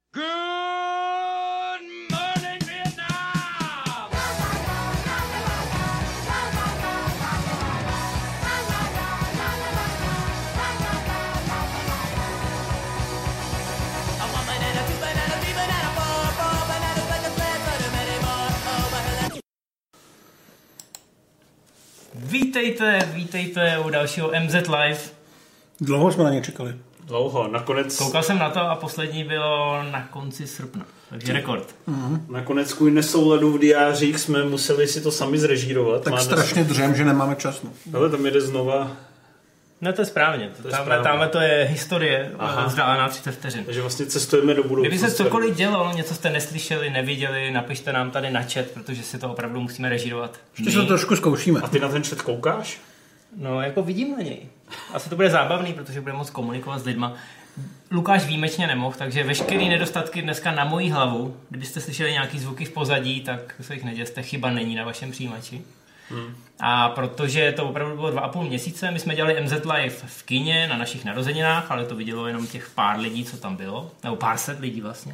Good morning, Vietnam! A one banana, two banana, three banana, four bananas like a sled, but a many more over her. Vítejte u dalšího MZ Live. Dlouho jsme na ně čekali. Dlouho, nakonec... Koukal jsem na to a poslední bylo na konci srpna, takže rekord. Nakonec kvůli nesouladu v diářích jsme museli si to sami zrežírovat. Tak strašně dřem, že nemáme čas. No. Ale tam jde znova. No to je správně, tamhle to je historie vzdálená 30 vteřin. Takže vlastně cestujeme do budoucnosti. Kdyby se cokoliv dělo, něco jste neslyšeli, neviděli, napište nám tady na chat, protože si to opravdu musíme režírovat. Ještě se to trošku zkoušíme. A ty na ten chat koukáš? No jako vidím na něj. Asi to bude zábavný, protože bude moc komunikovat s lidma. Lukáš výjimečně nemohl, takže veškerý nedostatky dneska na moji hlavu. Kdybyste slyšeli nějaký zvuky v pozadí, tak se jich neděste, chyba není na vašem přijímači. A protože to opravdu bylo 2,5 měsíce, my jsme dělali MZ Live v kině na našich narozeninách, ale to vidělo jenom těch pár lidí, co tam bylo, nebo pár set lidí vlastně.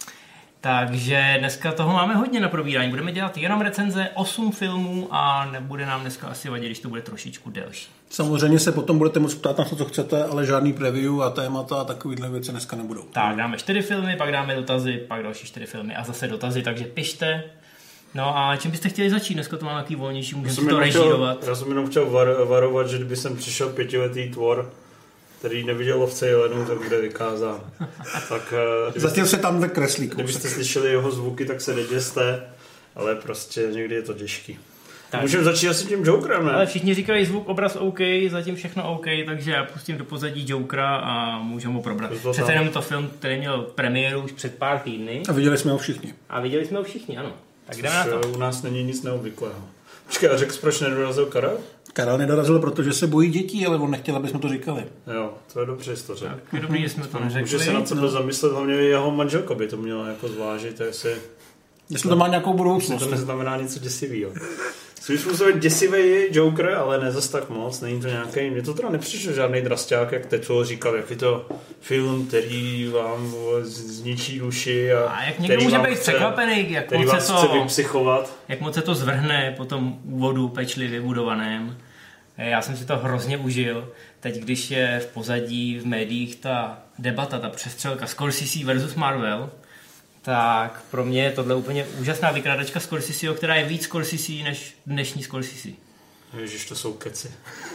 Takže dneska toho máme hodně na probírání. Budeme dělat jenom recenze 8 filmů a nebude nám dneska asi vadit, když to bude trošičku delší. Samozřejmě se potom budete moct ptát na to, co chcete, ale žádný preview a témata a takovýhle věci dneska nebudou. Tak, dáme 4 filmy, pak dáme dotazy, pak další 4 filmy a zase dotazy, takže pište. No a čím byste chtěli začít? Dneska to má takový volnější, můžeme to režírovat. Já jsem jenom chtěl varovat, že kdyby jsem přišel 5letý tvor, který neviděl Lovce jelenů, tak bude vykázán. Tak, zatím se tam ve kreslíku. Kdybyste slyšeli jeho zvuky, tak se neděste, ale prostě někdy je to těžký. Tak. Můžeme začít asi tím Jokerem, ne? Ale všichni říkají zvuk, obraz OK, zatím všechno OK, takže já pustím do pozadí Jokera a můžeme ho probrat. Přece jenom to film, který měl premiéru už před pár týdny. A viděli jsme ho všichni. Ano. Tak jdeme na to. U nás není nic neobvyklého. Počkej, a řekl, proč nedorazil Karel? Karel nedorazil, protože se bojí dětí, ale on nechtěl, aby jsme to říkali. Jo, to je dobře, že to řekl. Tak je dobrý, že jsme to neřekli. Může se na sebe zamyslet, hlavně jeho manželka by to měla jako zvážit, jestli to má nějakou budoucnost. To neznamená něco děsivého. Svým způsobem děsivý Joker, ale ne zas tak moc, není to nějaký, mně to teda nepřišlo žádný drasťák, jak Teco říkal, jak je to film, který vám zničí duši a jak někdo může být překvapený, jak moc se to vypsychovat. Jak moc se to zvrhne po tom úvodu pečlivě budovaném. Já jsem si to hrozně užil. Teď, když je v pozadí v médiích ta debata, ta přestřelka Scorsese versus Marvel, tak pro mě je tohle úplně úžasná vykrádačka Scorseseho, která je víc Scorsese než dnešní Scorsese. Ježiš, to jsou keci.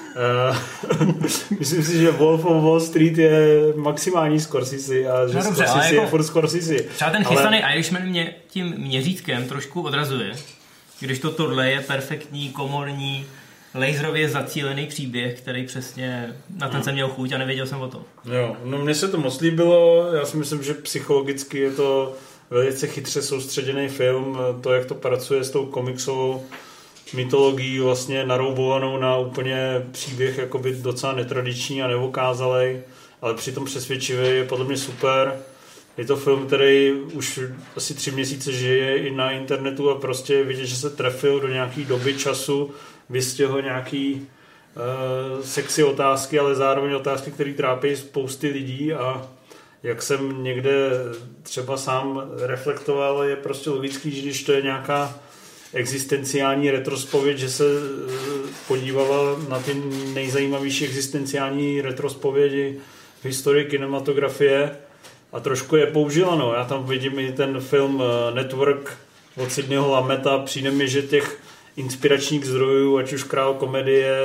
Myslím si, že Wolf of Wall Street je maximální Scorsese a že Scorsese je furt Scorsese. Třeba ten chystaný Irishman mě tím měřítkem trošku odrazuje, když tohle je perfektní, komorní, laserově zacílený příběh, který přesně na ten jsem měl chuť a nevěděl jsem o tom. Jo, no mně se to moc líbilo, já si myslím, že psychologicky je to velice chytře soustředěný film, to, jak to pracuje s tou komiksovou mytologií vlastně naroubovanou na úplně příběh jakoby docela netradiční a neokázalej, ale přitom přesvědčivý, je podle mě super. Je to film, který už asi 3 měsíce žije i na internetu a prostě vidět, že se trefil do nějaký doby času, vystihl nějaký sexy otázky, ale zároveň otázky, které trápí spousty lidí a jak jsem někde třeba sám reflektoval, je prostě logický, že když to je nějaká existenciální retrospověď, že se podívala na ty nejzajímavější existenciální retrospovědi v historii kinematografie a trošku je použila. No. Já tam vidím i ten film Network od Sidneyho Lameta, přijde mi, že těch inspiračních zdrojů, ať už Král komedie,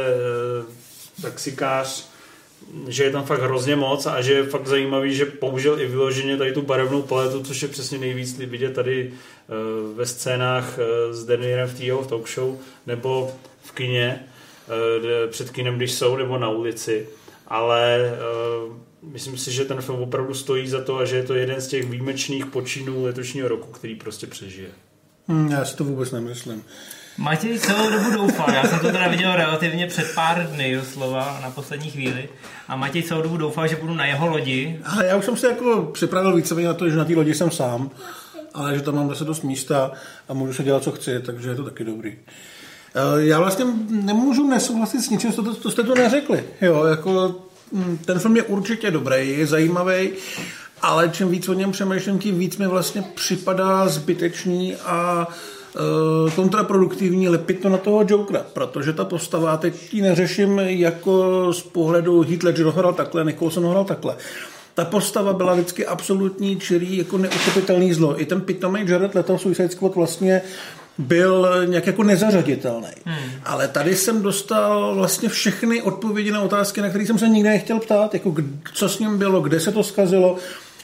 Taxikář, že je tam fakt hrozně moc a že je fakt zajímavý, že použil i vyloženě tady tu barevnou paletu, což je přesně nejvíc vidět tady ve scénách s Denierem v jeho talk show nebo v kině, před kinem, když jsou, nebo na ulici. Ale myslím si, že ten film opravdu stojí za to a že je to jeden z těch výjimečných počinů letošního roku, který prostě přežije. Já si to vůbec nemyslím. Matěj celou dobu doufal, já jsem to teda viděl relativně před pár dny doslova na poslední chvíli a Matěj celou dobu doufal, že budu na jeho lodi. Ale já už jsem se jako připravil víceméně na to, že na té lodi jsem sám, ale že tam mám zase dost místa a můžu se dělat, co chci, takže je to taky dobrý. Já vlastně nemůžu nesouhlasit s ničím, co jste to neřekli. Jo, jako ten film je určitě dobrý, je zajímavý ale čím víc o něm přemýšlím, tím víc mi vlastně připadá zbytečný a kontraproduktivní lepit to na toho Jokera, protože ta postava, teď ji neřeším jako z pohledu Heath Ledger hrál takhle, Nicholson hrál takhle. Ta postava byla vždycky absolutní, čirý, jako neuchopitelný zlo. I ten pitomej Jared Leto v Suicide Squad vlastně byl nějak jako nezařaditelný. Ale tady jsem dostal vlastně všechny odpovědi na otázky, na které jsem se nikdy nechtěl ptát, jako co s ním bylo, kde se to zkazilo,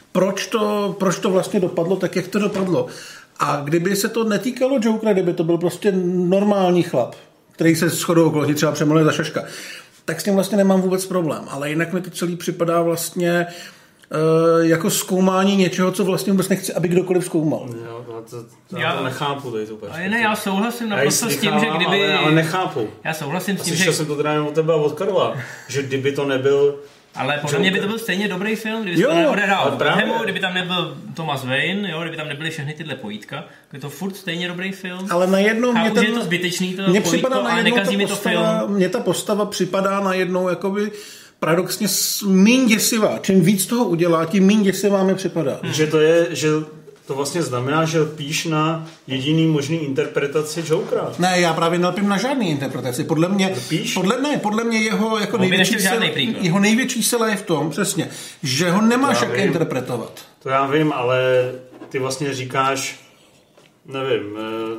proč to vlastně dopadlo tak, jak to dopadlo. A kdyby se to netýkalo Jokera, kdyby to byl prostě normální chlap, který se shodou okolností třeba přemluvil za šaška, tak s tím vlastně nemám vůbec problém. Ale jinak mi to celý připadá vlastně jako zkoumání něčeho, co vlastně vůbec nechci, aby kdokoliv zkoumal. Jo, já to nechápu tady to ne, já souhlasím naprosto s tím, že kdyby... Ale nechápu. Já souhlasím s tím, že... Slyšel jsem to teda od tebe a od Karla, že kdyby to nebyl... Ale podle mě by to byl stejně dobrý film, kdyby to neodehrál Bethemu, kdyby tam nebyl Thomas Wayne, jo, kdyby tam nebyly všechny tyhle pojítka, je to furt stejně dobrý film. Ale najednou mě je to zbytečný, to pojítko, ale nekazí mi to film. Mně ta postava připadá najednou jakoby paradoxně míň děsivá. Čím víc toho udělá, tím míň děsivá mi připadá. Že to vlastně znamená, že lpíš na jediný možný interpretaci Jokera. Ne, já právě nelpím na žádný interpretaci. Podle mě jeho jako jeho největší sila je v tom, přesně, že ho nemáš jak interpretovat. To já vím, ale ty vlastně říkáš, nevím,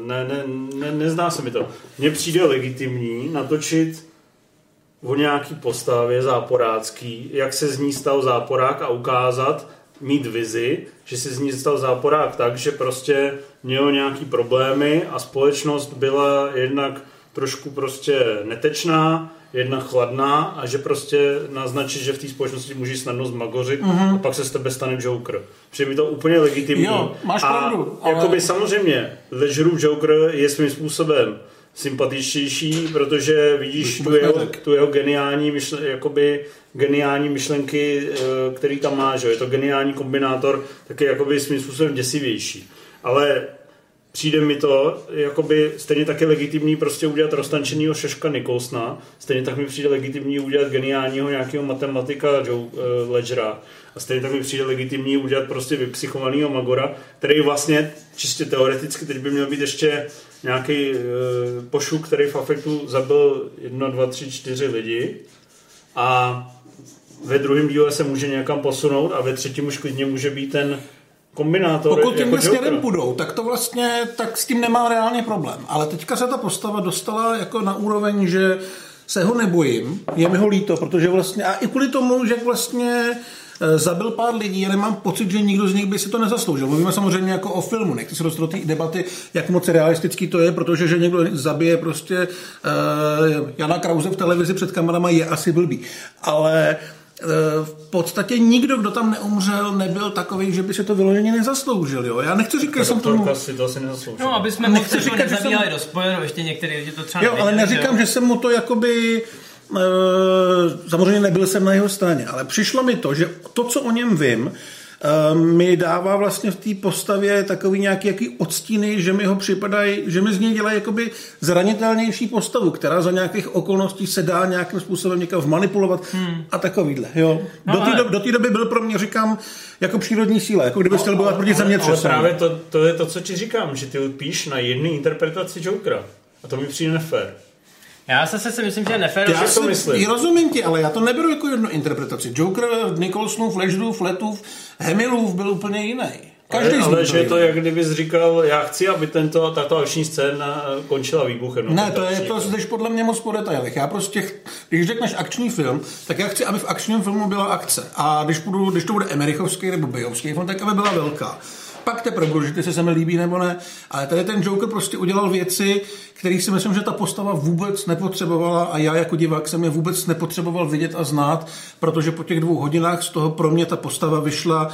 nezná se mi to. Mně přijde legitimní natočit o nějaký postavě záporácký, jak se z ní stal záporák a ukázat, mít vizi, že se z ní stal záporák tak, že prostě měl nějaký problémy a společnost byla jednak trošku prostě netečná, jednak chladná a že prostě naznačí, že v té společnosti můžeš snadno zmagořit a pak se z tebe stane Joker. Přijde mi to úplně legitimní. Jo, máš pravdu. Ale... jakoby samozřejmě Ledgerův Joker je svým způsobem sympatičtější, protože vidíš tu jeho geniální myšlenky, který tam má, že je to geniální kombinátor, tak je jakoby svým způsobem děsivější. Ale přijde mi to, jakoby stejně taky legitimní prostě udělat roztančenýho šaška Nicholsona, stejně tak mi přijde legitimní udělat geniálního nějakého matematika Ledgera a stejně tak mi přijde legitimní udělat prostě vypsychovanýho Magora, který vlastně čistě teoreticky teď by měl být ještě nějaký pošuk, který v afektu zabil 1, 2, 3, 4 lidi a ve druhém díle se může někam posunout a ve třetím už klidně může být ten kombinátor. Pokud tímhle jako směrem půjdou, tak to vlastně, tak s tím nemá reálně problém. Ale teďka se ta postava dostala jako na úroveň, že se ho nebojím, je mi ho líto, protože vlastně, a i kvůli tomu, že vlastně zabil pár lidí, já nemám pocit, že nikdo z nich by si to nezasloužil. Mluvíme samozřejmě jako o filmu, nechci se dostat do té debaty, jak moc realistický to je, protože že někdo zabije prostě Jana Krause v televizi před kamerama je asi blbý. Ale v podstatě nikdo, kdo tam neumřel, nebyl takový, že by se to vyloženě nezasloužil. Jo? Já nechci říkat, že jsem tomu... si to asi nezasloužil. No, aby jsme nechci říkat, nezabíjali do spojeru, ještě některý lidi to třeba jo, ale neříkám, že jsem mu to jakoby... samozřejmě nebyl jsem na jeho straně, ale přišlo mi to, že to, co o něm vím, mi dává vlastně v té postavě takový nějaký odstíny, že mi ho připadají, že mi z něj dělají jakoby zranitelnější postavu, která za nějakých okolností se dá nějakým způsobem někam vmanipulovat a takovýhle. Jo. Do té doby byl pro mě, říkám, jako přírodní síla, jako kdyby chtěl bojovat proti zemětřesům. Ale právě to je to, co ti říkám, že ty lpíš na jedné interpretaci Jokera. A to mi přijde nefér. Já se myslím, že je nefér. Já to myslím. Rozumím ti, ale já to neberu jako jednu interpretaci. Joker, Nicholsonův, Ledgerův, Letův, Hamillův byl úplně jiný. Ale že to, jak kdybys říkal, já chci, aby tato akční scéna končila výbuchem. Ne, to jdeš podle mě moc po detailech. Já prostě, když řekneš akční film, tak já chci, aby v akčním filmu byla akce. A když to bude emerichovský nebo bejovský film, tak aby byla velká. Pak teprve budu, že ty se mi líbí nebo ne. Ale tady ten Joker prostě udělal věci, které si myslím, že ta postava vůbec nepotřebovala a já jako divák jsem je vůbec nepotřeboval vidět a znát, protože po těch 2 hodinách z toho pro mě ta postava vyšla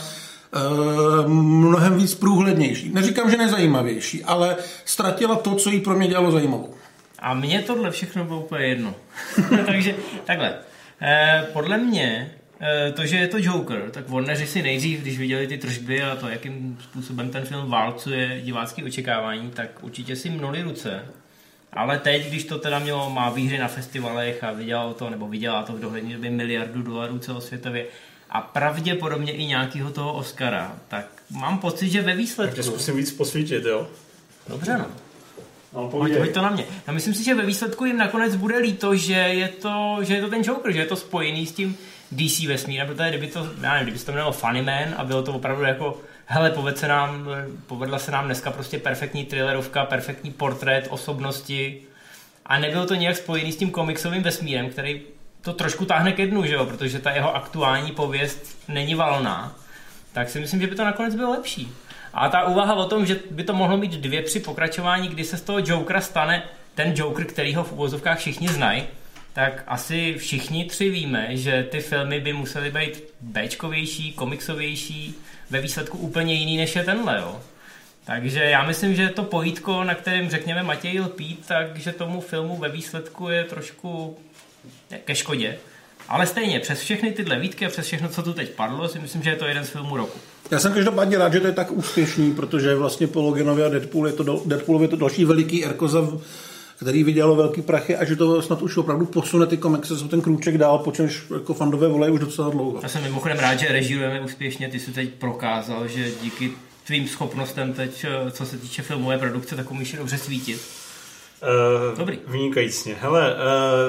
mnohem víc průhlednější. Neříkám, že nezajímavější, ale ztratila to, co jí pro mě dělalo zajímavou. A mně tohle všechno bylo úplně jedno. Takže takhle. Podle mě to, že je to Joker, tak Warneri si nejdřív, když viděli ty tržby a to, jakým způsobem ten film válcuje divácký očekávání, tak určitě si mnoli ruce. Ale teď, když to teda má výhry na festivalech a vydělá to v dohledné době $1 miliard celosvětově a pravděpodobně i nějakého toho Oscara, tak mám pocit, že ve výsledku... Takže zkusím víc posvítit, jo? Dobře, no. No, Hoď to na mě. Já myslím si, že ve výsledku jim nakonec bude líto, že je to ten Joker, že je to spojený s tím DC vesmírem, protože kdyby se to jmenovalo Funny Man a bylo to opravdu jako hele, povedla se nám dneska prostě perfektní thrillerovka, perfektní portrét osobnosti a nebylo to nějak spojený s tím komiksovým vesmírem, který to trošku táhne ke dnu, že jo, protože ta jeho aktuální pověst není valná, tak si myslím, že by to nakonec bylo lepší. A ta úvaha o tom, že by to mohlo mít 2-3 pokračování, kdy se z toho Jokera stane ten Joker, kterýho v uvozovkách všichni znají, tak asi všichni 3 víme, že ty filmy by musely být béčkovější, komiksovější, ve výsledku úplně jiný, než je tenhle, jo. Takže já myslím, že to pojítko, na kterém řekněme Matěj lpí, takže tomu filmu ve výsledku je trošku ke škodě. Ale stejně, přes všechny tyhle výtky a přes všechno, co tu teď padlo, si myslím, že je to jeden z filmů roku. Já jsem každopádně rád, že to je tak úspěšný, protože vlastně po Loganovi a Deadpoolovi je to další veliký Erkoza, který vydělalo velký prachy a že to snad už opravdu posune ty komiksy, jsou ten krůček dál, po čemž jako fandové volají už docela dlouho. Já jsem mimochodem rád, že režírujeme úspěšně, ty jsi teď prokázal, že díky tvým schopnostem teď, co se týče filmové produkce, tak umíš dobře svítit. Dobrý. Vynikajícně. Hele,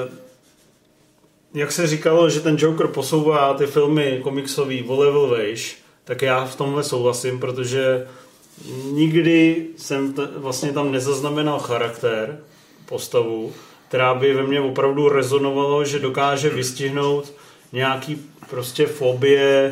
jak se říkalo, že ten Joker posouvá ty filmy komiksový o level vejš, tak já v tomhle souhlasím, protože nikdy jsem vlastně tam nezaznamenal charakter, postavu, která by ve mně opravdu rezonovalo, že dokáže vystihnout nějaký prostě fobie,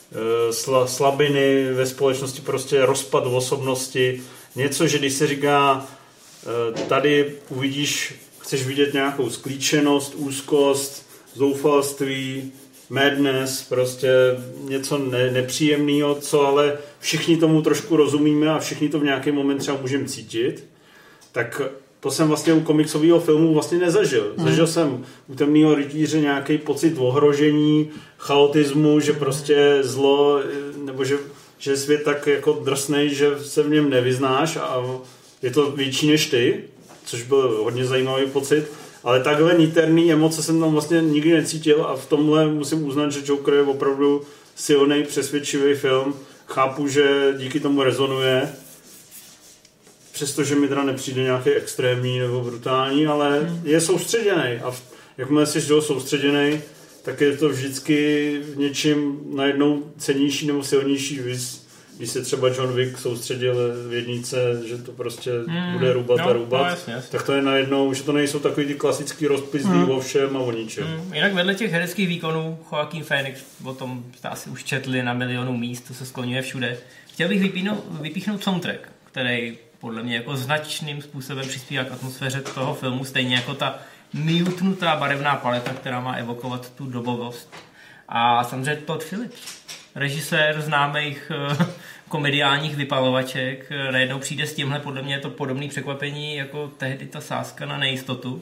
slabiny ve společnosti, prostě rozpad osobnosti. Něco, že když se říká, tady uvidíš, chceš vidět nějakou sklíčenost, úzkost, zoufalství, madness, prostě něco nepříjemného, co ale všichni tomu trošku rozumíme a všichni to v nějaký moment třeba můžeme cítit, tak to jsem vlastně u komiksového filmu vlastně nezažil. Zažil jsem u Temného rytíře nějaký pocit ohrožení, chaotismu, že prostě zlo, nebo že je svět tak jako drsnej, že se v něm nevyznáš a je to větší než ty, což byl hodně zajímavý pocit. Ale takhle niterný emoce jsem tam vlastně nikdy necítil a v tomhle musím uznat, že Joker je opravdu silný, přesvědčivý film. Chápu, že díky tomu rezonuje, přestože mi teda nepřijde nějaký extrémní nebo brutální, ale je soustředěný a jakmile jsi soustředěný, tak je to vždycky v něčím najednou cennější nebo silnější. Když se třeba John Wick soustředil v jednice, že to prostě bude rubat a rubat, jasně. Tak to je najednou, že to nejsou takový ty klasický rozpizlí o všem a o ničem. Jinak vedle těch hereckých výkonů Joaquin Phoenix, o tom jste asi už četli na milionu míst, to se skloňuje všude. Chtěl bych vypíchnout soundtrack, který podle mě jako značným způsobem přispívá k atmosféře toho filmu, stejně jako ta mutnutá barevná paleta, která má evokovat tu dobovost. A samozřejmě Todd Phillips, režisér známých komediálních vypalovaček, najednou přijde s tímhle, podle mě je to podobné překvapení jako tehdy ta sázka na nejistotu,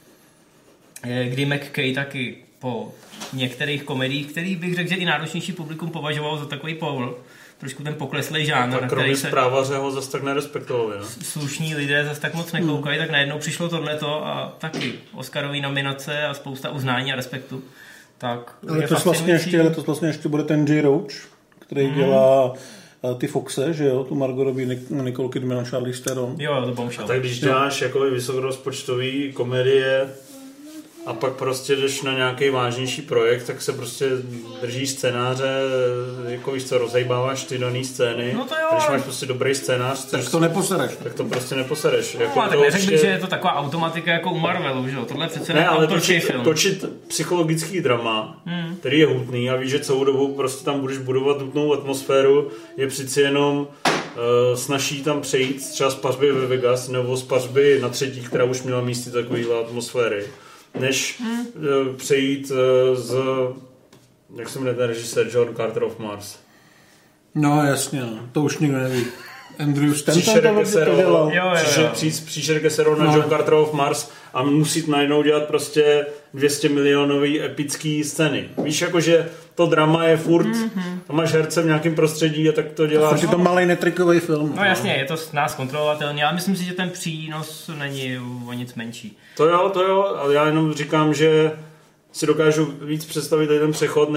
kdy McKay taky po některých komediích, který bych řekl, že i náročnější publikum považoval za takový poul, trošku ten pokleslej žánr, tak kromě Zprávaře ho zase tak nerespektovali. No? Slušní lidé zase tak moc nekoukají, tak najednou přišlo tohleto a taky Oscarový nominace a spousta uznání a respektu. Tak letos vlastně ještě bude ten J. Roach, který dělá ty Foxe, že jo, tu Margot Robbie, Nicole Kidman a Charlize Theron. Jo, to bombshell. A tak když děláš jako vysokorozpočtový komedie a pak prostě jdeš na nějaký vážnější projekt, tak se prostě držíš scénáře, jako víš co, rozejbáváš ty daný scény. No to jo. Když máš prostě dobrý scénář, tak to neposereš. Tak to prostě neposereš. No, jako tak neřekl bych, že je to taková automatika jako u Marvelu, že jo? Tohle přece ne, ale film. Točit psychologický drama, který je hutný a víš, že celou dobu prostě tam budeš budovat hutnou atmosféru, je přeci jenom snaží tam přejít třeba z pařby ve Vegas nebo z pařby na třetí, která už měla místy takovýhle atmosféry, než přejít z, jak se jmenuje ten režisér, John Carter of Mars. No jasně, to už nikdo neví. Andrew Stanton to dělal. Příšer Kesero na John Carter of Mars a musí najednou dělat prostě 200 milionový epický scény. Víš, jakože to drama je furt, tam máš herce v nějakém prostředí a tak to děláš. Je to malej netrikový film. No jasně, je to s nás kontrolovatelný, ale myslím si, že ten přínos není o nic menší. To jo, ale já jenom říkám, že si dokážu víc představit ten přechod, než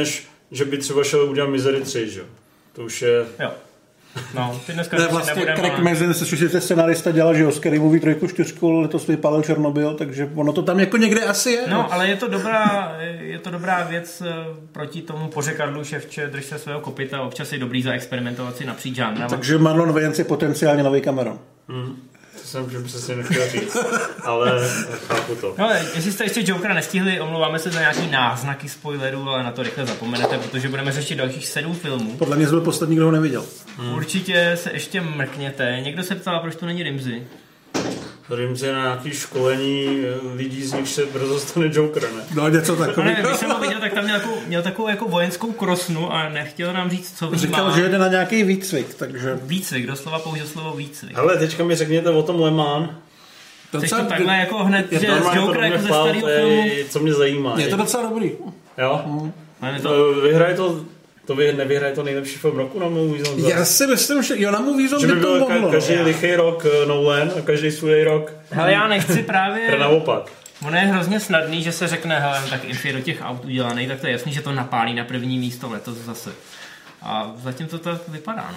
že by třeba šel udělat Misery 3, že? To už je... Jo. No, ty dneska To je vlastně Craig Mazin, se scenarista dělal, že Scary Movie 3, 4, letos vypálil Černobyl, takže ono to tam jako někde asi je. No, ale je to dobrá věc proti tomu pořekadlu ševče, drž se svého kopyta, občas je dobrý zaexperimentovat si napříč žánrama. Takže Marlon Wayans je potenciálně nový Cameron. To jsem přesně nechtěl říct, ale chápu to. No, jestli jste ještě Jokera nestihli, omlouváme se za nějaký náznaky spoilerů, ale na to rychle zapomenete, protože budeme řešit dalších 7 filmů. Podle mě byl poslední, kdo ho neviděl. Určitě se ještě mrkněte. Někdo se ptal, proč tu není Rimzy. Rimzy na nějaký školení lidí, z nich se brzo stane Joker, ne? No, něco No takového. nevím, když jsem ho viděl, tak tam měl takovou jako vojenskou krosnu a nechtěl nám říct, co v ní Říkal, má. že jede na nějaký výcvik, takže... Výcvik, doslova použil slovo výcvik. Hele, teďka mi řekněte o tom Le Mans. Chceš to takhle jako hned, že z Normálně to Jokera do jako mě ze starého filmu? co mě zajímá. Je to docela dobrý. Jo? Ale to, Vyhraje nevyhraje to nejlepší film roku na Movie Zone? Já si myslím, že jo, na Movie Zone Že by by to byl mohlo. každý lichý rok Nolan a každý svůj rok hele, já nechci právě... naopak. Ono je hrozně snadný, že se řekne, hele, tak if je do těch aut udělaný, tak to je jasný, že to napálí na první místo letos zase. A zatím to tak vypadá, no.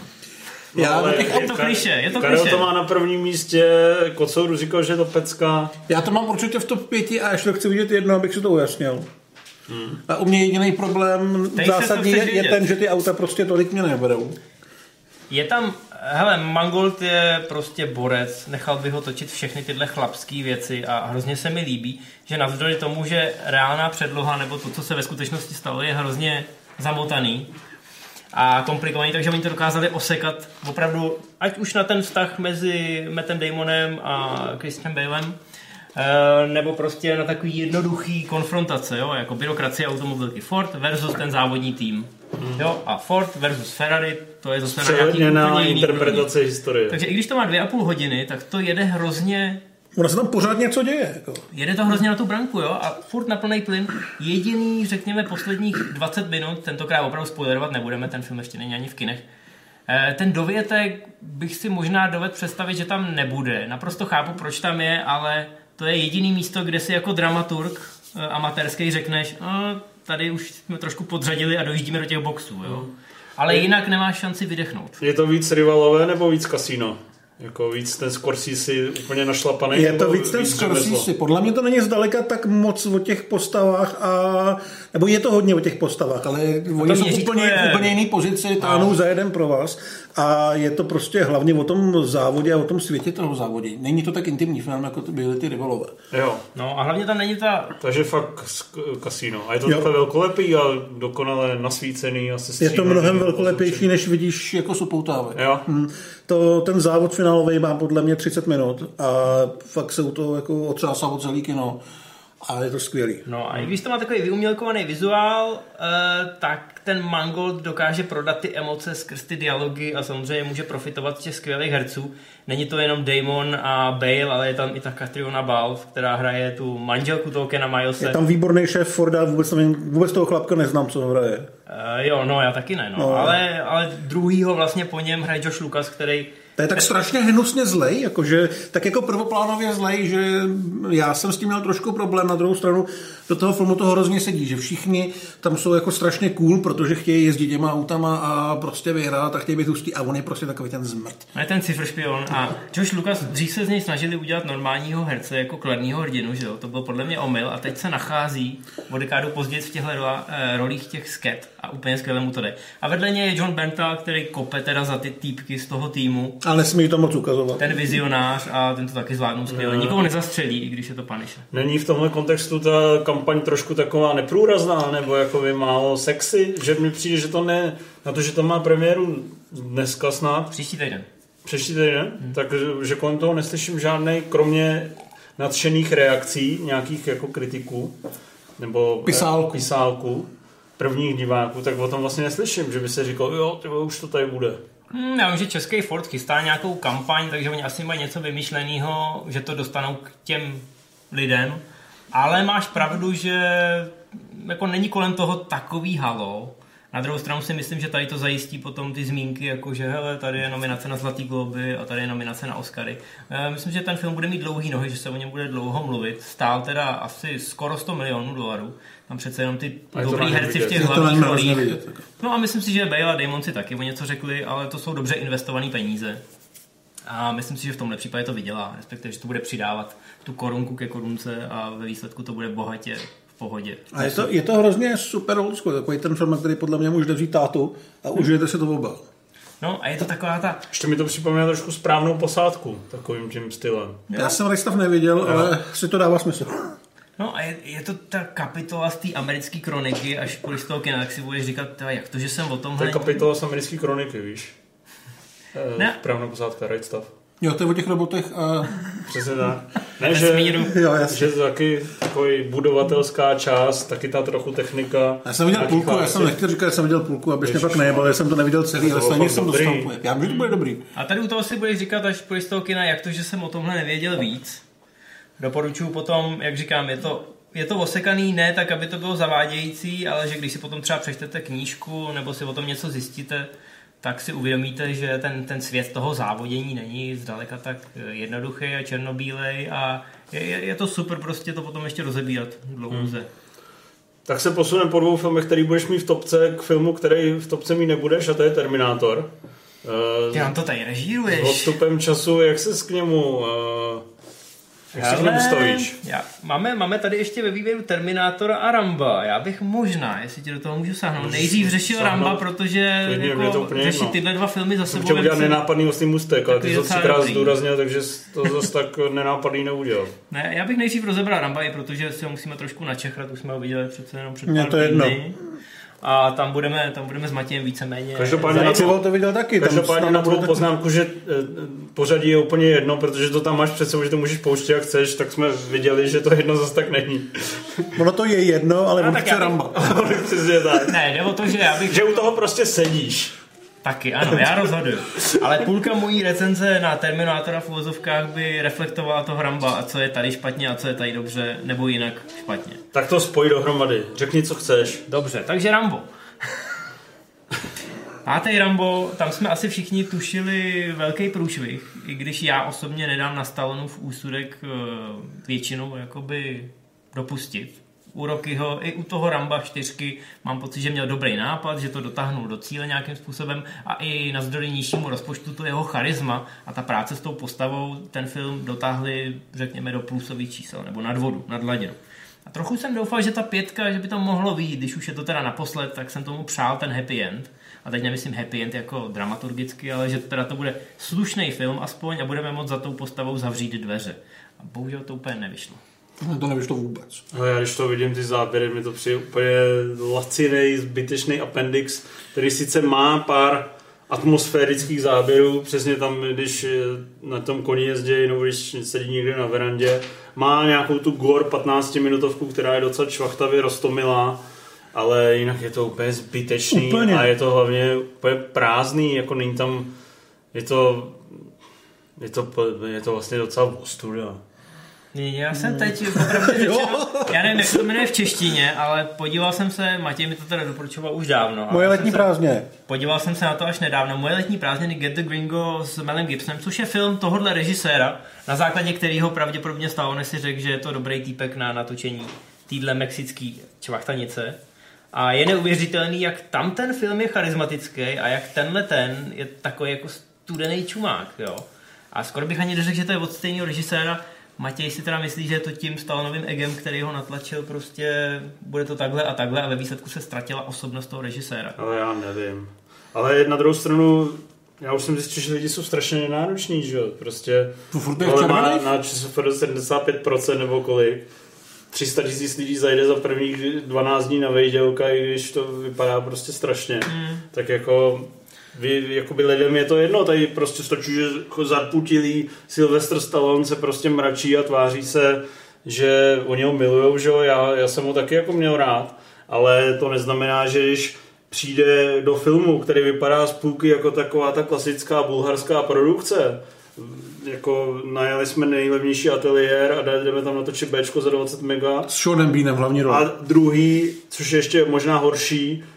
Je to klišé. Karel to má na prvním místě, Kocouru říkal, že je to pecka. Já to mám určitě v top 5 a ještě to chci vidět jedno, abych si to ujasnil. A u mě jediný problém zásadní je ten, že ty auta prostě tolik mě neberou. Je tam, hele, Mangold je prostě borec, nechal bych ho točit všechny tyhle chlapské věci a hrozně se mi líbí, že navzdory tomu, že reálná předloha nebo to, co se ve skutečnosti stalo, je hrozně zamotaný a komplikovaný, takže oni to dokázali osekat opravdu, ať už na ten vztah mezi Mattem Damonem a Christianem Balem, nebo prostě na takový jednoduchý konfrontace, jo, jako byrokracie automobilky Ford versus ten závodní tým. Jo, a Ford versus Ferrari, to je zase na nějaký úplně jiný interpretace úrovni. historie. Takže i když to má 2,5 hodiny, tak to jede hrozně... Ono se tam pořád něco děje. Jako. Jede to hrozně na tu branku, jo, a furt na plný plyn. Jediný, řekněme, posledních 20 minut, tentokrát opravdu spoilerovat nebudeme, ten film ještě není ani v kinech. Ten dovětek bych si možná dovedl představit, že tam nebude. Naprosto chápu, proč tam je, ale to je jediný místo, kde si jako dramaturg amatérský řekneš, tady už jsme trošku podřadili a dojíždíme do těch boxů, jo. Ale jinak nemáš šanci vydechnout. Je to víc rivalové nebo víc kasino? Jako víc ten Scorsese úplně našlapaný? Je to víc ten Scorsese. Podle mě to není zdaleka tak moc o těch postavách, nebo je to hodně o těch postavách, ale oni jsou úplně jiný pozici, táhnou za jeden pro vás a je to prostě hlavně o tom závodě a o tom světě toho závodě. Není to tak intimní film, jako to byly ty rivalové. Jo. No a hlavně tam není ta... Takže fakt kasino. A je to takhle velkolepý a dokonale nasvícený a se je to mnohem velkolepější, než vidíš jako soupoutáve. Jo. Ten závod finálový má podle mě 30 minut a fakt se u toho jako otřásá od celý kino a je to skvělý. No a i když to má takový vyumělkovaný vizuál, tak ten Mangold dokáže prodat ty emoce skrz ty dialogy a samozřejmě může profitovat z těch skvělých herců. Není to jenom Damon a Bale, ale je tam i ta Catriona Balfe, která hraje tu manželku toho Kena Milese. Je tam výborný šéf Forda, vůbec toho chlapka neznám, co ho hraje. Jo, no já taky ne, no. Ale druhýho vlastně po něm hraje Josh Lucas, který... To je tak strašně hnusně zlej, jakože, tak jako prvoplánově zlej, že já jsem s tím měl trošku problém, na druhou stranu do toho filmu to hrozně sedí, že všichni tam jsou jako strašně cool, protože chtějí jezdit těma autama a prostě vyhrát a chtějí být hustý a on je prostě takový ten zmrt. Je ten cifršpion a Josh Lucas, dřív se z něj snažili udělat normálního herce jako kladného hrdinu, že jo, to byl podle mě omyl a teď se nachází o dekádu později v těchto rolích těch sket a úplně skvěle mu to jde. A vedle něj je John Bernthal, který kope teda za ty týpky z toho týmu. Ale nesmí to moc ukazovat. Ten vizionář a ten to taky zvládnou skvěle. Nikoho nezastřelí, i když je to Punisher. Není v tomhle kontextu ta kampaň trošku taková neprůrazná, nebo jako málo sexy, že mi přijde, že to ne, na to, že to má premiéru dneska snad. Příští týden. Takže kolem toho neslyším žádnej, kromě nadšených reakcí nějakých jako kritiků, nebo pisálků, prvních diváků, tak o tom vlastně neslyším, že by se říkal, jo, už to tady bude. Já vím, že český Ford chystá nějakou kampaň, takže oni asi mají něco vymyšleného, že to dostanou k těm lidem, ale máš pravdu, že jako není kolem toho takový halo Na druhou stranu si myslím, že tady to zajistí potom ty zmínky, jako že hele, tady je nominace na Zlatý globy a tady je nominace na Oscary. Myslím, že ten film bude mít dlouhý nohy, že se o něm bude dlouho mluvit. Stál teda asi skoro $100 milionů. Tam přece jenom ty dobrý herci v těch hlavních rolích. No a myslím si, že Bale a Damon si taky o něco řekli, ale to jsou dobře investované peníze. A myslím si, že v tomhle případě to vydělá, respektive, že to bude přidávat tu korunku ke korunce a ve výsledku to bude bohatě v pohodě. A je to hrozně super old school, takový ten film, který podle mě může vzít tátu a užijete si to oba. No a je to taková ta... Ještě mi to připomíná trošku Správnou posádku, takovým tím stylem. Já jsem Rejstav neviděl, ale si to dává smysl. No a je to ta kapitola z té americké kroniky, až půjdeš z toho kina, tak si budeš říkat, jak to, že jsem o tomhle... To je kapitola z americké kroniky, víš? Ne. Správná posádka, Rejstav. Jo, to je o těch robotech a... Přesně tak. Ne, že to taky takový budovatelská část, taky ta trochu technika. Já jsem viděl půlku, já jsem nechtěl říkat, že jsem viděl půlku, abych mě pak nejebal, já jsem to neviděl celý, ale stejně jsem dostal. Já vím, že to bude dobrý. A tady u toho si budeš říkat, až půjdeš z toho kina, jak to, že jsem o tomhle nevěděl víc. Doporučuji potom, jak říkám, je to osekaný ne tak, aby to bylo zavádějící, ale že když si potom třeba přečtete knížku nebo si o tom něco zjistíte, tak si uvědomíte, že ten svět toho závodění není zdaleka tak jednoduchý a černobílej a je to super prostě to potom ještě rozebírat dlouze. Tak se posuneme po 2 filmech, který budeš mít v topce, k filmu, který v topce mít nebudeš, a to je Terminátor. Ty nám to tady režíruješ. S odstupem času, jak ses k němu... Jak se k němu stavíš? Máme tady ještě ve výběru Terminátora a Ramba. Já bych možná, jestli ti do toho můžu sáhnout, nejdřív řešil Ramba, protože jako řešit tyhle 2 filmy za sebou... Chtěl udělat nenápadný oslý můstek, ale ty jsi to 3krát zdůraznil, takže to zase tak nenápadný neudělal. Ne, já bych nejdřív rozebral Ramba, i protože si ho musíme trošku načechrat, už jsme ho viděli přece jenom před pár týdny. A tam budeme s Matějem víceméně... Každopádně na tvou poznámku, že pořadí je úplně jedno, protože to tam máš před sebou, že to můžeš pouštět jak chceš, tak jsme viděli, že to jedno zase tak není. Ono to je jedno, ale on chce Ramba. Přesně tak. Ne, nebo to, že já bych... Že u toho prostě sedíš. Taky, ano, já rozhoduju. Ale půlka mojí recenze na Terminátora v uvozovkách by reflektovala toho Ramba a co je tady špatně a co je tady dobře, nebo jinak špatně. Tak to spoj dohromady. Řekni, co chceš. Dobře, takže Rambo. Pátý Rambo, tam jsme asi všichni tušili velký průšvih, i když já osobně nedám na Stallonův úsudek většinou jakoby dopustit. U Rockyho i u toho Ramba 4 mám pocit, že měl dobrý nápad, že to dotáhnul do cíle nějakým způsobem a i navzdory nižšímu rozpočtu to jeho charisma a ta práce s tou postavou ten film dotáhli, řekněme, do plusových čísel nebo nad vodu, nad hladinu. A trochu jsem doufal, že ta 5, že by to mohlo vyjít, když už je to teda naposled, tak jsem tomu přál ten happy end. A teď nemyslím happy end jako dramaturgicky, ale že teda to bude slušný film aspoň a budeme moct za tou postavou zavřít dveře. A bohužel to úplně nevyšlo. To nevyšlo vůbec. No já když to vidím ty záběry, mi to přijde úplně lacinej, zbytečný appendix, který sice má pár atmosférických záběrů, přesně tam, když na tom koni jezdí, nebo když sedí někde na verandě, má nějakou tu gore 15-minutovku, která je docela čvachtavě roztomilá, ale jinak je to úplně zbytečný úplně. A je to hlavně úplně prázdný, jako není tam, je to vlastně docela ostuda. Já jsem teď opravdu řečeno, já nevím, jak to jmenuje v češtině, ale podíval jsem se, Matěj mi to teda doporučoval už dávno. Moje letní prázdniny. Podíval jsem se na to až nedávno. Moje letní prázdniny Get the Gringo s Melem Gibsonem, což je film tohohle režiséra, na základě kterého pravděpodobně Stallone si řekl, že je to dobrý týpek na natočení týhle mexický čvachtanice. A je neuvěřitelný, jak tam ten film je charismatický a jak tenhle je takový jako studený čumák. Jo? A skoro bych ani neřekl, že to je od stejného režiséra. Matěj si teda myslí, že je to tím Stallonovým egem, který ho natlačil, prostě bude to takhle a ve výsledku se ztratila osobnost toho režiséra. Ale já nevím. Ale na druhou stranu, já už jsem zjistil, že lidi jsou strašně nenároční, že jo? Prostě ale má na ČSFD 75% nebo kolik. 300 000 lidí zajde za prvních 12 dní na vejdělka, i když to vypadá prostě strašně. Tak jako... Jakoby lidem je to jedno, tady prostě stačí, že zarputilý Sylvester Stallone se prostě mračí a tváří se, že oni ho milujou, že jo, já jsem ho taky jako měl rád, ale to neznamená, že když přijde do filmu, který vypadá z půlky jako taková ta klasická bulharská produkce, jako najeli jsme nejlevnější ateliér a jdeme tam natočit Bčko za 20 mega. S Seanem Beanem hlavní roli. A druhý, což je ještě možná horší,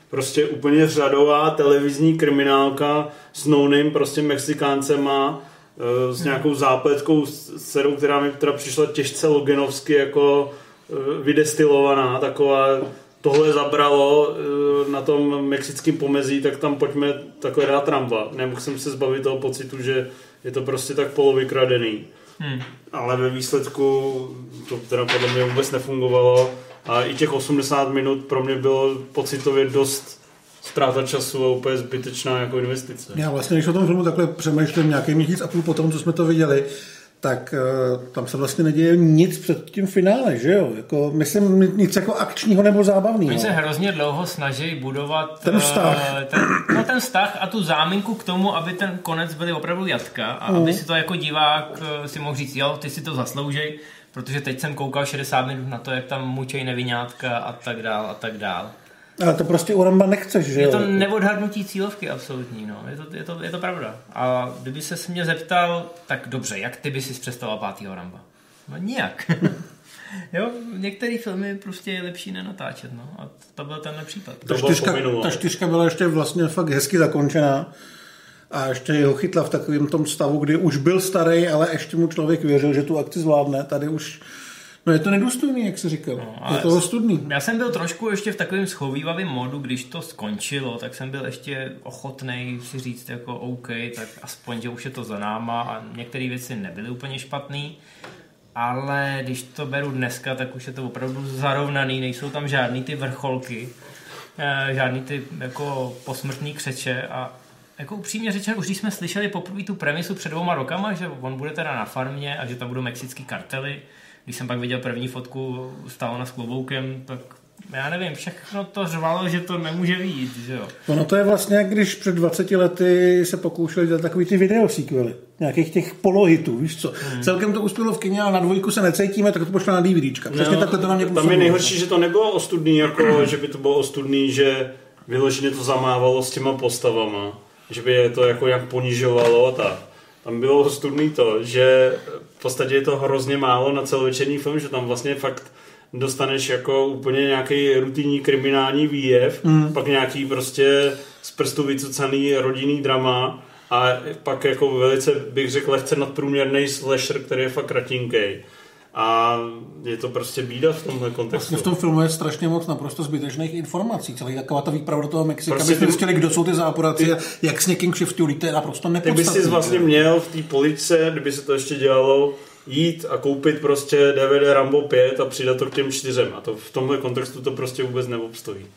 prostě úplně řadová televizní kriminálka s no-name prostě Mexikáncema, s nějakou zápletkou dcerou, která mi teda přišla těžce logenovsky jako vydestilovaná, taková, tohle zabralo na tom mexickém pomezí, tak tam pojďme takhle dát Trumpa. Nemohl jsem se zbavit toho pocitu, že je to prostě tak polovykradený. Ale ve výsledku to teda podle mě vůbec nefungovalo a i těch 80 minut pro mě bylo pocitově dost ztráta času a úplně zbytečná jako investice. Já vlastně, když o tom filmu takhle přemýšlím nějaký měsíc a půl po tom, co jsme to viděli, tak tam se vlastně neděje nic před tím finále, že jo? Jako, myslím, nic jako akčního nebo zábavného. Oni se hrozně dlouho snaží budovat ten vztah. Ten vztah a tu záminku k tomu, aby ten konec byl opravdu jatka a aby si to jako divák si mohl říct, jo, ty si to zasloužej, protože teď jsem koukal 60 minut na to, jak tam mučej neviňátka a tak dál a tak dál. Ale to prostě u Ramba nechceš, že je jo? Je to neodhadnutí cílovky absolutní, no. Je to pravda. A kdyby ses mě zeptal, tak dobře, jak ty by si představoval 5. Ramba? No nijak. Jo, některé filmy prostě je lepší nenatáčet, no. A to byl tenhle případ. Ta 4 byla ještě vlastně fakt hezky zakončená. A ještě ho chytla v takovém tom stavu, kdy už byl starý, ale ještě mu člověk věřil, že tu akci zvládne. Tady už... No je to nedůstojný, jak jsi říkal. No, je to ostudný. Já jsem byl trošku ještě v takovém schovývavém modu, když to skončilo, tak jsem byl ještě ochotnej si říct jako OK, tak aspoň, že už je to za náma a některé věci nebyly úplně špatný, ale když to beru dneska, tak už je to opravdu zarovnaný, nejsou tam žádný ty vrcholky, žádný ty jako posmrtný křeče a jako upřímně řečeno, už když jsme slyšeli poprvé tu premisu před 2 rokama, že on bude teda na farmě a že tam budou mexický kartely. Když jsem pak viděl první fotku Stallona s kloboukem, tak já nevím, všechno to řvalo, že to nemůže vyjít, že jo. No to je vlastně, jak když před 20 lety se pokoušeli dělat takový ty videosequely, nějakých těch polohitů, víš co. Celkem to uspělo v kině, ale na 2 se necítíme, tak to pošlo na DVDčka. Přesně takhle to na mě působilo. Tam je nejhorší, že to nebylo ostudný, jako že by to bylo ostudný, že vyloženě to zamávalo s těma postavama, že by je to jako nějak ponižovalo a tak. Tam bylo ostudný to, že v podstatě je to hrozně málo na celovečerní film, že tam vlastně fakt dostaneš jako úplně nějaký rutinní kriminální výjev, pak nějaký prostě z prstu vycucaný rodinný drama a pak jako velice, bych řekl, lehce nadprůměrný slasher, který je fakt kratinkej. A je to prostě bída v tomhle kontextu. Vlastně v tom filmu je strašně moc naprosto zbytečných informací. Celý taková ta výprava do toho Mexika, prostě abyste zjistili, kdo jsou ty záporaci a jak s někým kšeftují, to je naprosto nepodstatný. Ty bys si vlastně měl v té poličce, kdyby se to ještě dělalo, jít a koupit prostě DVD Rambo 5 a přidat to k těm 4. A to v tomhle kontextu to prostě vůbec neobstojí.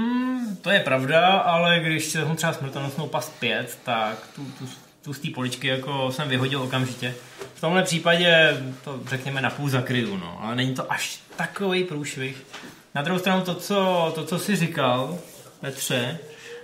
To je pravda, ale když se třeba Smrtonosnou past 5, tak tu z té poličky jako jsem vyhodil okamžitě. V tomhle případě to řekněme na půl zakryju, no, ale není to až takový průšvih. Na druhou stranu to, co jsi říkal, Petře,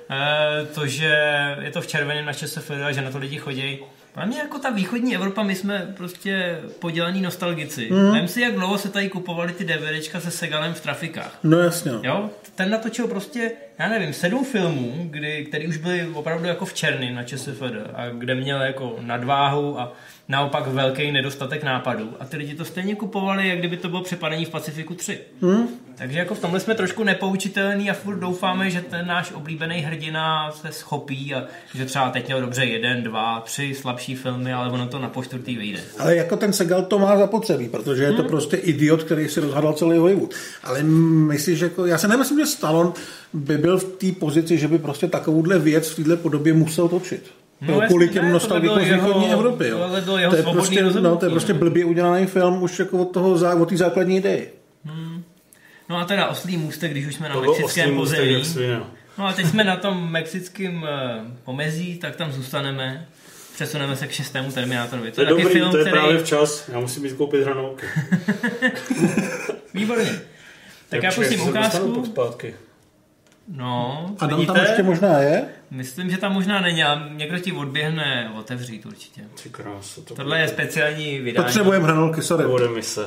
to, že je to v červeném na ČSFD a že na to lidi chodí. Pro mě jako ta východní Evropa, my jsme prostě podělaní nostalgici. Vem si, jak dlouho se tady kupovali ty DVDčka se Segalem v trafikách. No jasně. Jo? Ten natočil prostě, já nevím, 7 filmů, který už byly opravdu jako v černém na ČSFD a kde měl jako nadváhu a naopak velký nedostatek nápadů. A ty lidi to stejně kupovali, jak kdyby to bylo Přepadení v Pacifiku 3. Takže jako v tomhle jsme trošku nepoučitelný a furt doufáme, že ten náš oblíbený hrdina se schopí a že třeba teď měl dobře 1, 2, 3 slabší filmy, ale ono to na po 4. vyjde. Ale jako ten Segal to má zapotřebí, protože je to prostě idiot, který si rozhadal celý Hollywood. Ale myslíš, že jako, já se nemyslím, že Stallone by byl v té pozici, že by prostě takovouhle věc v této podobě musel točit. No, kvůli těm nostalgikům z východní Evropy. Jo. To je prostě blbě udělaný film už jako od té základní ideje. No a teda oslý můstek, když už jsme na mexickém pozemí. No a teď jsme na tom mexickém pomezí, tak tam zůstaneme. Přesuneme se k 6. Terminátorovi. To je dobrý, film, to je právě včas. Já musím jít koupit hranolky. Výborně. Tak já pustím ukázku. No, a tam ještě možná je? Myslím, že tam možná není, ale někdo ti odběhne otevřít určitě. Ty krásu. Tohle je speciální vydání. Potřebujeme hranolky, sorry. Budeme se.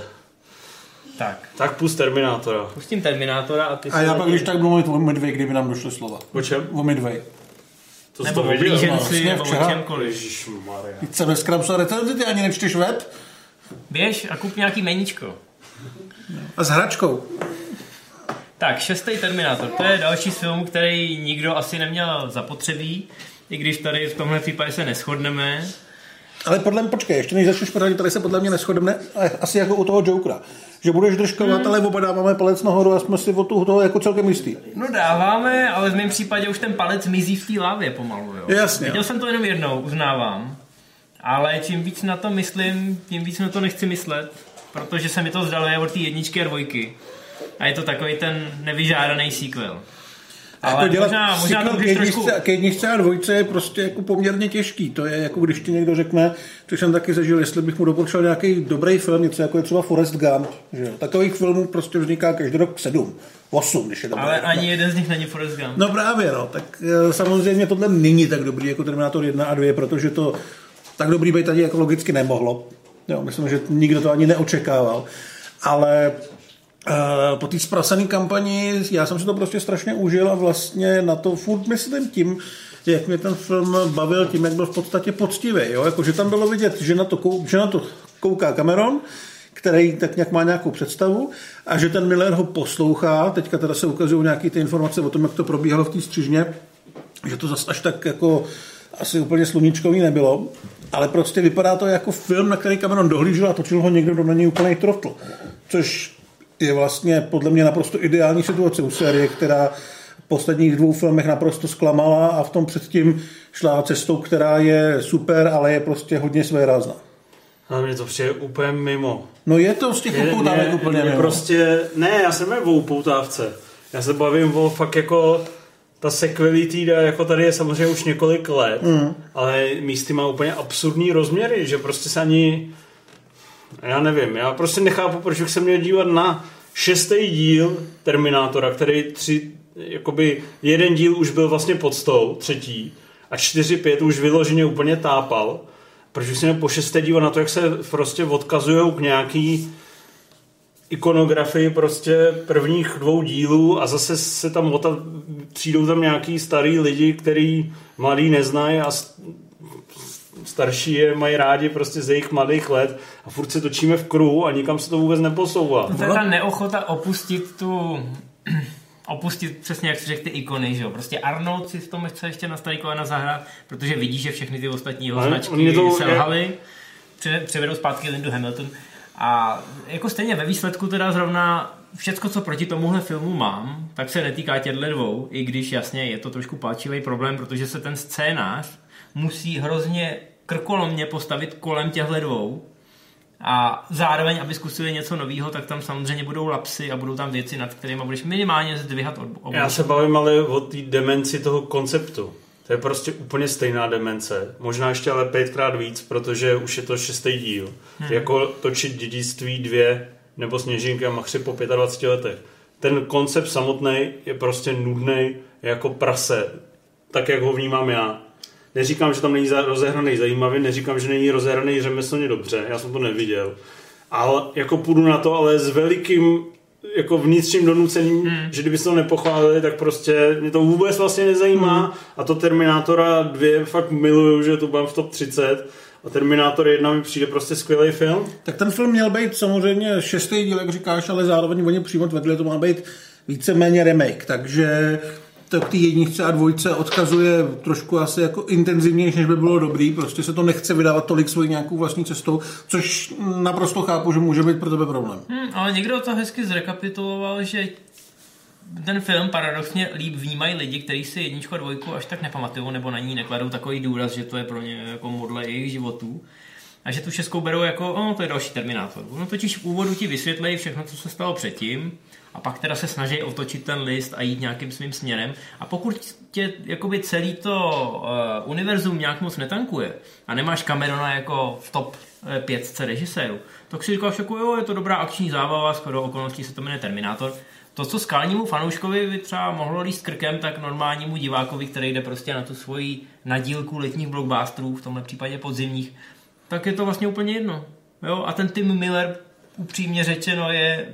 Tak pust Terminátora. Pustím Terminátora a ty... A já pak když tak budu mluvit o Midway, kdyby nám došly slova. O čem? O Midway. To nebo o blíženci, nebo o čemkoliv. Ježišmarja. Teď se bez krabsa recenzi, ty ani nečteš web? Běž a kup nějaký meníčko. A s hračkou. Tak, 6. Terminátor, to je další film, který nikdo asi neměl zapotřebí, i když tady v tomhle případě se neshodneme. Ale počkej, ještě než začneš pořádně, tady se podle mě neshodneme, asi jako u toho Jokera. Že budeš držkovat, ale oba dáváme palec nahoru a jsme si od toho jako celkem jistý. No dáváme, ale v mém případě už ten palec mizí v té lávě pomalu. Jo. Jasně. Viděl jsem to jenom jednou, uznávám. Ale čím víc na to myslím, tím víc na to nechci myslet, protože se mi to zdalo od té 1 a 2. A je to takový ten nevyžádaný sequel. Ale možná to už trošku... K 1 a 2 je prostě jako poměrně těžký. To je jako když ti někdo řekne, což jsem taky zažil, jestli bych mu doporučil nějaký dobrý film, něco jako je třeba Forrest Gump. Že jo? Takových filmů prostě vzniká každý rok 7, 8, když je dobrý. Ale ani jeden z nich není Forrest Gump. No právě, no. Tak samozřejmě tohle není tak dobrý jako Terminátor 1 a 2, protože to tak dobrý být tady jako logicky nemohlo. Jo, myslím, že nikdo to ani neočekával. Ale po té zprasené kampani já jsem si to prostě strašně užil a vlastně na to furt myslím tím, jak mě ten film bavil, tím, jak byl v podstatě poctivý. Jo? Jako, že tam bylo vidět, že na to kouká Cameron, který tak nějak má nějakou představu a že ten Miller ho poslouchá. Teďka teda se ukazují nějaké ty informace o tom, jak to probíhalo v té střižně, že to zase až tak jako asi úplně sluníčkový nebylo, ale prostě vypadá to jako film, na který Cameron dohlížel a točil ho někdo, kdo na něj úplnej trotl. Což je vlastně podle mě naprosto ideální situace u série, která v posledních 2 filmech naprosto zklamala a v tom předtím šla cestou, která je super, ale je prostě hodně svérázná. Ale mě to přijde úplně mimo. No je to z těch upoutávek úplně mimo. Prostě, ne, já se nevím o upoutávce. Já se bavím o fakt jako ta sequelity, jako tady je samozřejmě už několik let, ale místy má úplně absurdní rozměry, že prostě se ani... Já nevím, já prostě nechápu, proč bych se měl dívat na 6. díl Terminátora, který jakoby 1 díl už byl vlastně pod stol, 3. a 4, 5 už vyloženě úplně tápal. Proč bych se měl po 6. dívat na to, jak se prostě odkazujou k nějaký ikonografii prostě prvních 2 dílů a zase se tam přijdou tam nějaký starý lidi, který mladý neznají a starší je mají rádi prostě z jejich mladých let a furt se točíme v kruhu a nikam se to vůbec neposouvá. To je ta neochota opustit přesně, jak jsi řekl, ty ikony, že jo. Prostě Arnold si v tom chce ještě na starý kolena zahrát, protože vidí, že všechny ty ostatní jeho značky selhaly, převedou zpátky Lindu Hamilton a jako stejně ve výsledku teda zrovna všecko, co proti tomuhle filmu mám, tak se netýká těchto 2, i když jasně je to trošku palčivý problém, protože se ten scénář musí hrozně krkolomně postavit kolem těchto 2 a zároveň, aby zkusili něco nového, tak tam samozřejmě budou lapsy a budou tam věci, nad kterými budeš minimálně zdvihat obou. Já se bavím ale o té demenci toho konceptu. To je prostě úplně stejná demence. Možná ještě ale 5krát víc, protože už je to 6. díl. Jako točit Dědictví 2 nebo Sněžinky a Machři po 25 letech. Ten koncept samotný je prostě nudný jako prase. Tak, jak ho vnímám já. Neříkám, že tam není rozehraný zajímavý, neříkám, že není rozehraný řemeslně dobře, já jsem to neviděl. Ale jako půjdu na to, ale s velikým jako vnitřním donucením, že kdyby se to nepochválili, tak prostě mě to vůbec vlastně nezajímá. A to Terminátora 2 fakt miluju, že to mám v top 30. A Terminátor 1 mi přijde prostě skvělý film. Tak ten film měl být samozřejmě 6. díl, jak říkáš, ale zároveň oni přímo tvrdili, to má být víceméně remake, takže to k té 1 a 2 odkazuje trošku asi jako intenzivnější, než by bylo dobrý. Prostě se to nechce vydávat tolik svojí nějakou vlastní cestou, což naprosto chápu, že může být pro tebe problém. Ale někdo to hezky zrekapituloval, že ten film paradoxně líp vnímají lidi, kteří si 1 a 2 až tak nepamatují nebo na ní nekladou takový důraz, že to je pro ně jako modle jejich životů. A že tu 6 berou jako, to je další Terminátor. No totiž v úvodu ti vysvětlejí všechno, co se stalo předtím, a pak teda se snaží otočit ten list a jít nějakým svým směrem. A pokud tě jakoby celý to univerzum nějak moc netankuje a nemáš Camerona jako v top 5 režisérů, tak si říkáš, jako jo, je to dobrá akční zábava, shodou okolností se to jmenuje Terminátor. To, co skalnímu fanouškovi by třeba mohlo líst krkem, tak normálnímu divákovi, který jde prostě na tu svoji nadílku letních blockbusterů, v tomhle případě podzimních, tak je to vlastně úplně jedno. Jo? A ten Tim Miller, upřímně řečeno, je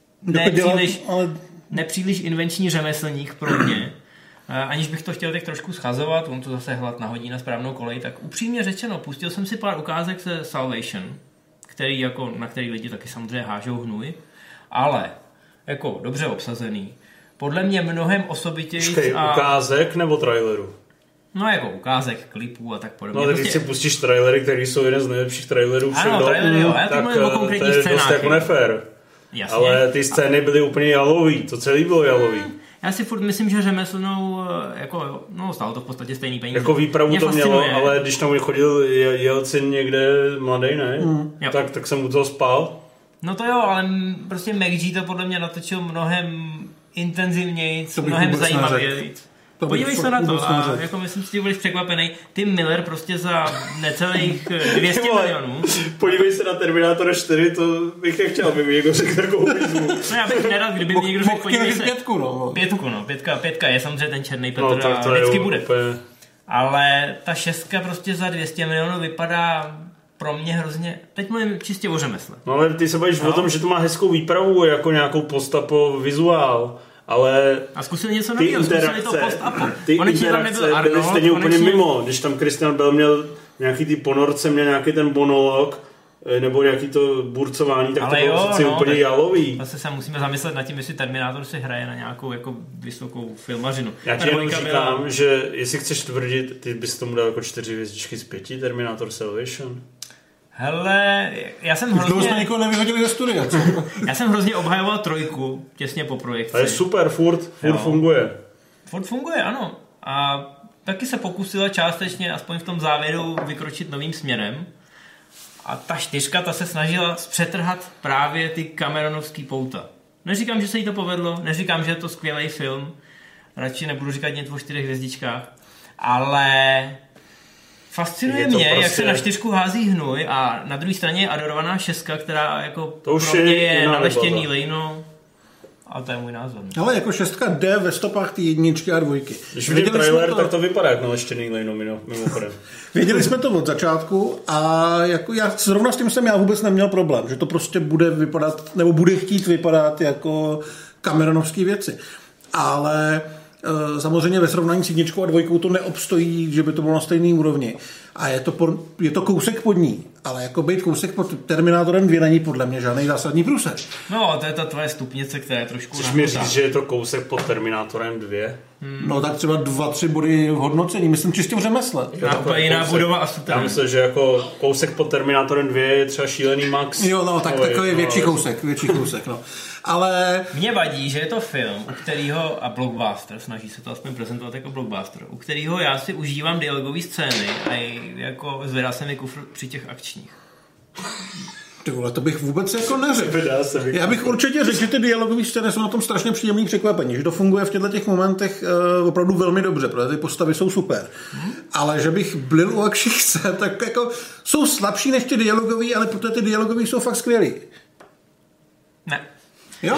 nepříliš invenční řemeslník pro mě. Aniž bych to chtěl tak trošku schazovat, on to zase hlad nahodí na správnou kolej, tak upřímně řečeno, pustil jsem si pár ukázek ze Salvation, na který lidi taky samozřejmě hážou hnůj, ale jako dobře obsazený, podle mě mnohem osobitější. Počkej, ukázek nebo traileru? No jako ukázek, klipů a tak podobně. No tak když si pustíš trailery, které jsou jeden z nejlepších trailerů všech dob, tak to je dost jako nefér. Jasně. Ale ty scény byly úplně jalový, to celý bylo jalový. Já si furt myslím, že řemeslnou, jako, no stálo to v podstatě stejný peníze. Jako výpravu to mělo, ale když tam chodil Jelcin někde mladej, ne? Tak jsem u toho spal. No to jo, ale prostě McG to podle mě natočil mnohem intenzivněji, mnohem zajímavěji. Podívej se na to a jako myslím si, že budeš překvapený. Tim Miller prostě za necelých 200 milionů. Podívej se na Terminátora 4, to bych nechtěl, aby mi někdo řekl takovou výzvu. No já bych nerad, kdyby mi někdo řekl, podívej se. Pětka je samozřejmě ten černý Petr no, a vždycky bude. Ale ta 6 prostě za 200 milionů vypadá pro mě hrozně, teď mluvím čistě o řemesle. No ale ty se bavíš o tom, že to má hezkou výpravu, jako nějakou postapo vizuál. Ale a zkusil něco nového, zkusili to post-apo. Ty interakce byly stejně úplně mimo. Když tam Christian Bale měl nějaký ty ponorce, měl nějaký ten monolog, nebo nějaký to burcování, tak ale to bylo přeci úplně jalový. Zase se musíme zamyslet nad tím, jestli Terminátor si hraje na nějakou jako vysokou filmařinu. Já ti jenom říkám, že jestli chceš tvrdit, ty bys tomu dal jako 4 hvězdičky z 5, Terminator Salvation. Hele, já jsem hrozně... jsme nikoho nevyhodili ze studia, co? Já jsem hrozně obhajoval 3 těsně po projekci. Ale super, furt funguje. Furt funguje, ano. A taky se pokusila částečně, aspoň v tom závěru, vykročit novým směrem. A ta 4, ta se snažila zpřetrhat právě ty Cameronovský pouta. Neříkám, že se jí to povedlo, neříkám, že je to skvělý film, radši nebudu říkat něco o 4 hvězdičkách, ale fascinuje mě, prostě... jak se na 4 hází hnůj a na druhé straně je adorovaná 6, která jako pro mě je naleštěný lejno. A to je můj názor. Ale jako 6 jde ve stopách ty 1 a 2. Když vidím trailer, tak to vypadá jak naleštěný lejno mimochodem. Věděli jsme to od začátku a jako já zrovna s tím jsem já vůbec neměl problém, že to prostě bude vypadat, nebo bude chtít vypadat jako Cameronovský věci. Ale samozřejmě ve srovnání s 1 a 2 to neobstojí, že by to bylo na stejné úrovni. A je to kousek pod ní, ale jako být kousek pod Terminátorem 2 není podle mě žádný zásadní průser. No, to je ta tvoje stupnice, která je trošku... Chceš mi říct, že je to kousek pod Terminátorem 2? No tak třeba 2-3 body v hodnocení, myslím čistě v řemesle. Jiná budova a super. Já myslím, že jako kousek pod Terminátorem 2 je třeba šílený Max. Jo, no, tak takový větší kousek, no. Ale... Mně vadí, že je to film, u kterého, a blockbuster, snaží se to aspoň prezentovat jako blockbuster, u kterého já si užívám dialogové scény a jako zvedá se mi kufr při těch akčních. Ty vole, to bych vůbec jako neřekl. Já bych určitě řekl, že ty dialogové scény jsou na tom strašně příjemný překvapení, že to funguje v těchto momentech opravdu velmi dobře, protože ty postavy jsou super. Ale že bych blil u akčních scén, tak jako jsou slabší než ty dialogový, ale protože ty dialogový jsou fakt skvělý. Ne. Jo?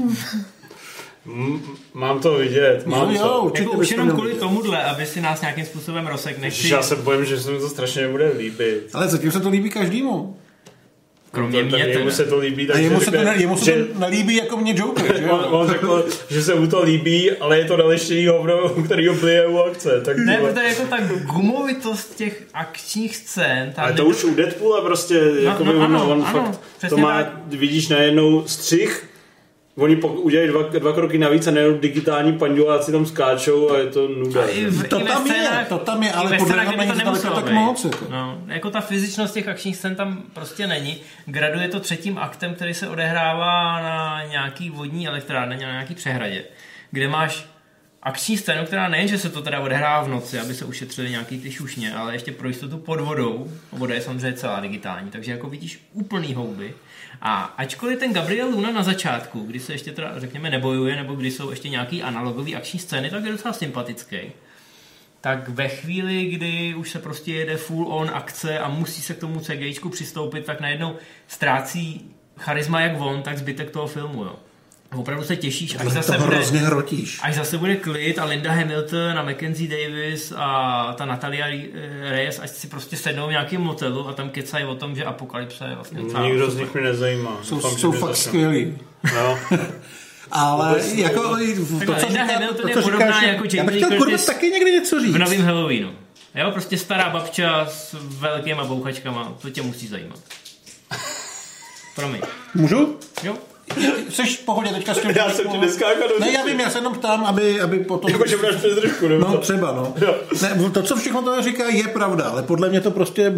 Mám to vidět. Jako už jenom kvůli tomuhle, aby si nás nějakým způsobem rozsekneš. Já se bojím, že se mi to strašně nebude líbit. Ale zatím se to líbí každému. Kromě mě jemu se to líbí, tak jemu se to nelíbí jako mě Joker, že? On řekl, že se mu to líbí, ale je to naleštěný hovno, který ho plije u akce. Tak ne, protože jako ta gumovitost těch akčních scén... Ale to už u Deadpoola prostě, fakt, to má, vidíš najednou střih, oni udělají dva kroky navíc a nejenom digitální panduláci tam skáčou a je to nuda. To tam je, ale podle mě není to tak moc. No, jako ta fyzičnost těch akčních scén tam prostě není. Graduje to 3. aktem, který se odehrává na nějaký vodní elektrárně, na nějaký přehradě, kde máš akční scénu, která nejen, že se to teda odehrává v noci, aby se ušetřili nějaký ty šušně, ale ještě pro jistotu pod vodou. Voda je samozřejmě celá digitální, takže jako vidíš úplný houby. A ačkoliv ten Gabriel Luna na začátku, kdy se ještě teda, řekněme, nebojuje, nebo kdy jsou ještě nějaký analogový akční scény, tak je docela sympatický. Tak ve chvíli, kdy už se prostě jede full on akce a musí se k tomu CGIčku přistoupit, tak najednou ztrácí charisma jak on, tak zbytek toho filmu, jo. Opravdu se těšíš, až zase bude klid a Linda Hamilton a Mackenzie Davis a ta Natalia Reyes, až si prostě sednou v nějakém motelu a tam kecají o tom, že apokalypse je vlastně celá. Nikdo z nich mi nezajímá. Jsou fakt skvělí. No. Ale jako to, co Hamilton je podobná jako Jamie Lee Curtis taky někdy něco říct. V novém Halloweenu. Jo, prostě stará babča s velkýma bouchačkama, to tě musí zajímat. Promiň. Můžu? Jo. Jseš v pohodě teďka s tím... Já jsem ti neskákal do Ne, já vím, já se jenom ptám, aby potom... Jakože máš přezdržku, nebo No třeba, no. Ne, to, co všechno to říká, je pravda, ale podle mě to prostě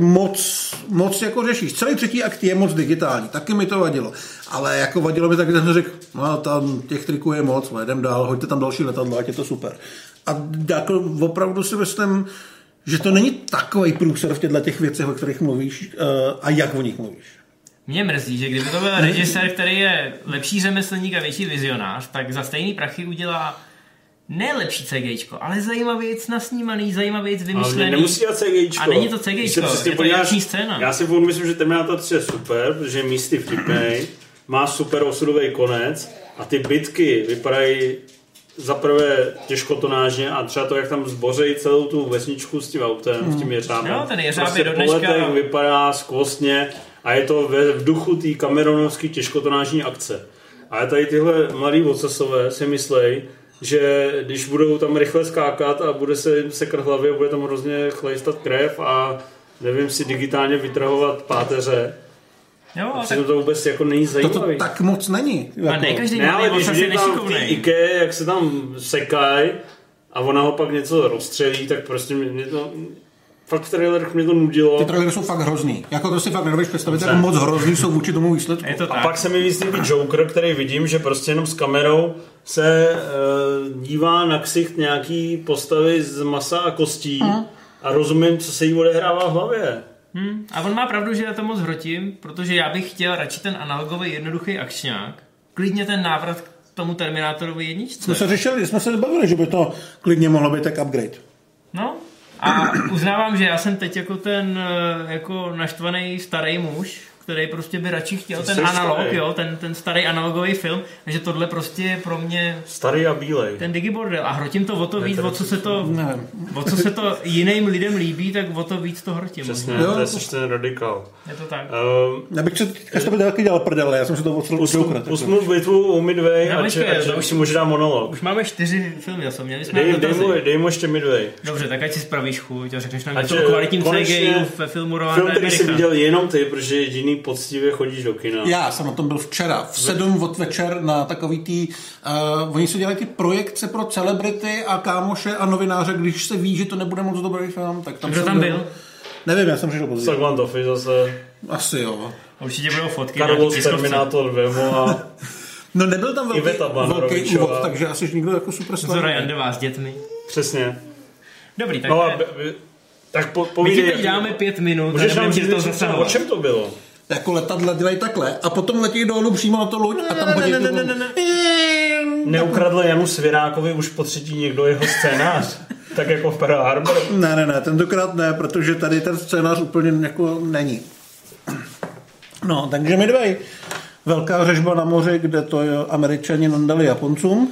moc jako řešíš. Celý třetí akt je moc digitální, taky mi to vadilo. Ale jako vadilo mi taky, že jsem řekl, no tam těch triků je moc, jdem dál, hoďte tam další letadlo, ať je to super. A jako opravdu si myslím, že to není takový průser v těch věcech, o kterých mluvíš a jak o nich mluvíš. Mě mrzí, že kdyby to byl režisér, který je lepší řemeslník a větší vizionář, tak za stejný prachy udělá ne lepší CGčko, ale zajímavějc nasnímaný, zajímavějc vymyšlený. Ale nemusí dělat CGčko. A není to CGčko, je to jasný scéna. Já si myslím, že Terminator 3 je super, protože je místy vtipnej, má super osudový konec a ty bitky vypadají zaprvé těžkotonážně a třeba to, jak tam zbořejí celou tu vesničku s tím autem, s tím jeřábem. No, ten jeřáb prostě je do dneška... vypadá skvostně a je to v duchu té Cameronovské těžkotonážní akce. A tady tyhle mladý vocasové si myslej, že když budou tam rychle skákat a bude se jim sekat hlavy a bude tam hrozně chlejstat krev a nevím si digitálně vytrahovat páteře, Jo, a tak... to vůbec jako není zajímavý. To tak moc není. A ne každý mladý vocas je nešikovnej. IKEA, jak se tam sekají a ona ho pak něco rozstřelí, tak prostě mě to... Fakt v trailerech mě to nudilo. Ty trailery jsou fakt hrozný. Jako to si fakt nedovíš představit, jak moc hrozný jsou vůči tomu výsledku. A pak se mi víc líbí Joker, který vidím, že prostě jenom s kamerou se dívá na ksicht nějaký postavy z masa a kostí a rozumím, co se jí odehrává v hlavě. A on má pravdu, že já to moc hrotím, protože já bych chtěl radši ten analogový jednoduchý akčňák, klidně ten návrat k tomu Terminátorovi jedničce. Jsme se bavili, že by to klidně mohlo být tak upgrade. No, a uznávám, že já jsem teď jako ten jako naštvaný starý muž, který prostě by radši chtěl ten analog, jo, ten starý analogový film, že tohle prostě je pro mě starý a bílej. Ten digibordel a hrotím to o to víc, o co se to jiným lidem líbí, tak o to víc to hrotím. Přesně, to je ten radikál. Je to tak. Já bych se to taky dělal prdele, já jsem se to odstřelil od Jokera. Pusnu bitvu u Midway a už si může dát monolog. Už máme 4 filmy, měli jsme dej mu ještě Midway. Dobře, tak ať si spravíš chuť a řekneš nám něco o kvalitním CGI ve filmu Rowan Film, který jsi viděl jenom ty, protože jediný poctivě chodíš do kina. Já jsem na tom byl včera, v 7 od večer na takový tý, oni si dělají ty projekce pro celebrity a kámoše a novináře, když se ví, že to nebude moc dobrý film, tak tam kdo tam byl? Nevím, já jsem přišel později. Saglant Office zase. Asi jo. Určitě budou fotky. Karol z Terminator 2 a... No nebyl tam velký úvod, takže asi někdo jako super slavný. Zora Jandová s dětmi. Přesně. Dobrý, tak... No tak povídej. My ti teď dáme 5 minut. Můžeš nám říct, o čem to bylo? Jako letadla dělají takhle a potom letí dolů přímo na to loď a tam hodí Neukradl Janu Svěrákovi už po třetí někdo jeho scénář? Tak jako v Pearl Harbor? Ne, tentokrát ne, protože tady ten scénář úplně jako není. No, takže Midway. Velká řežba na moři, kde to Američani nandali Japoncům.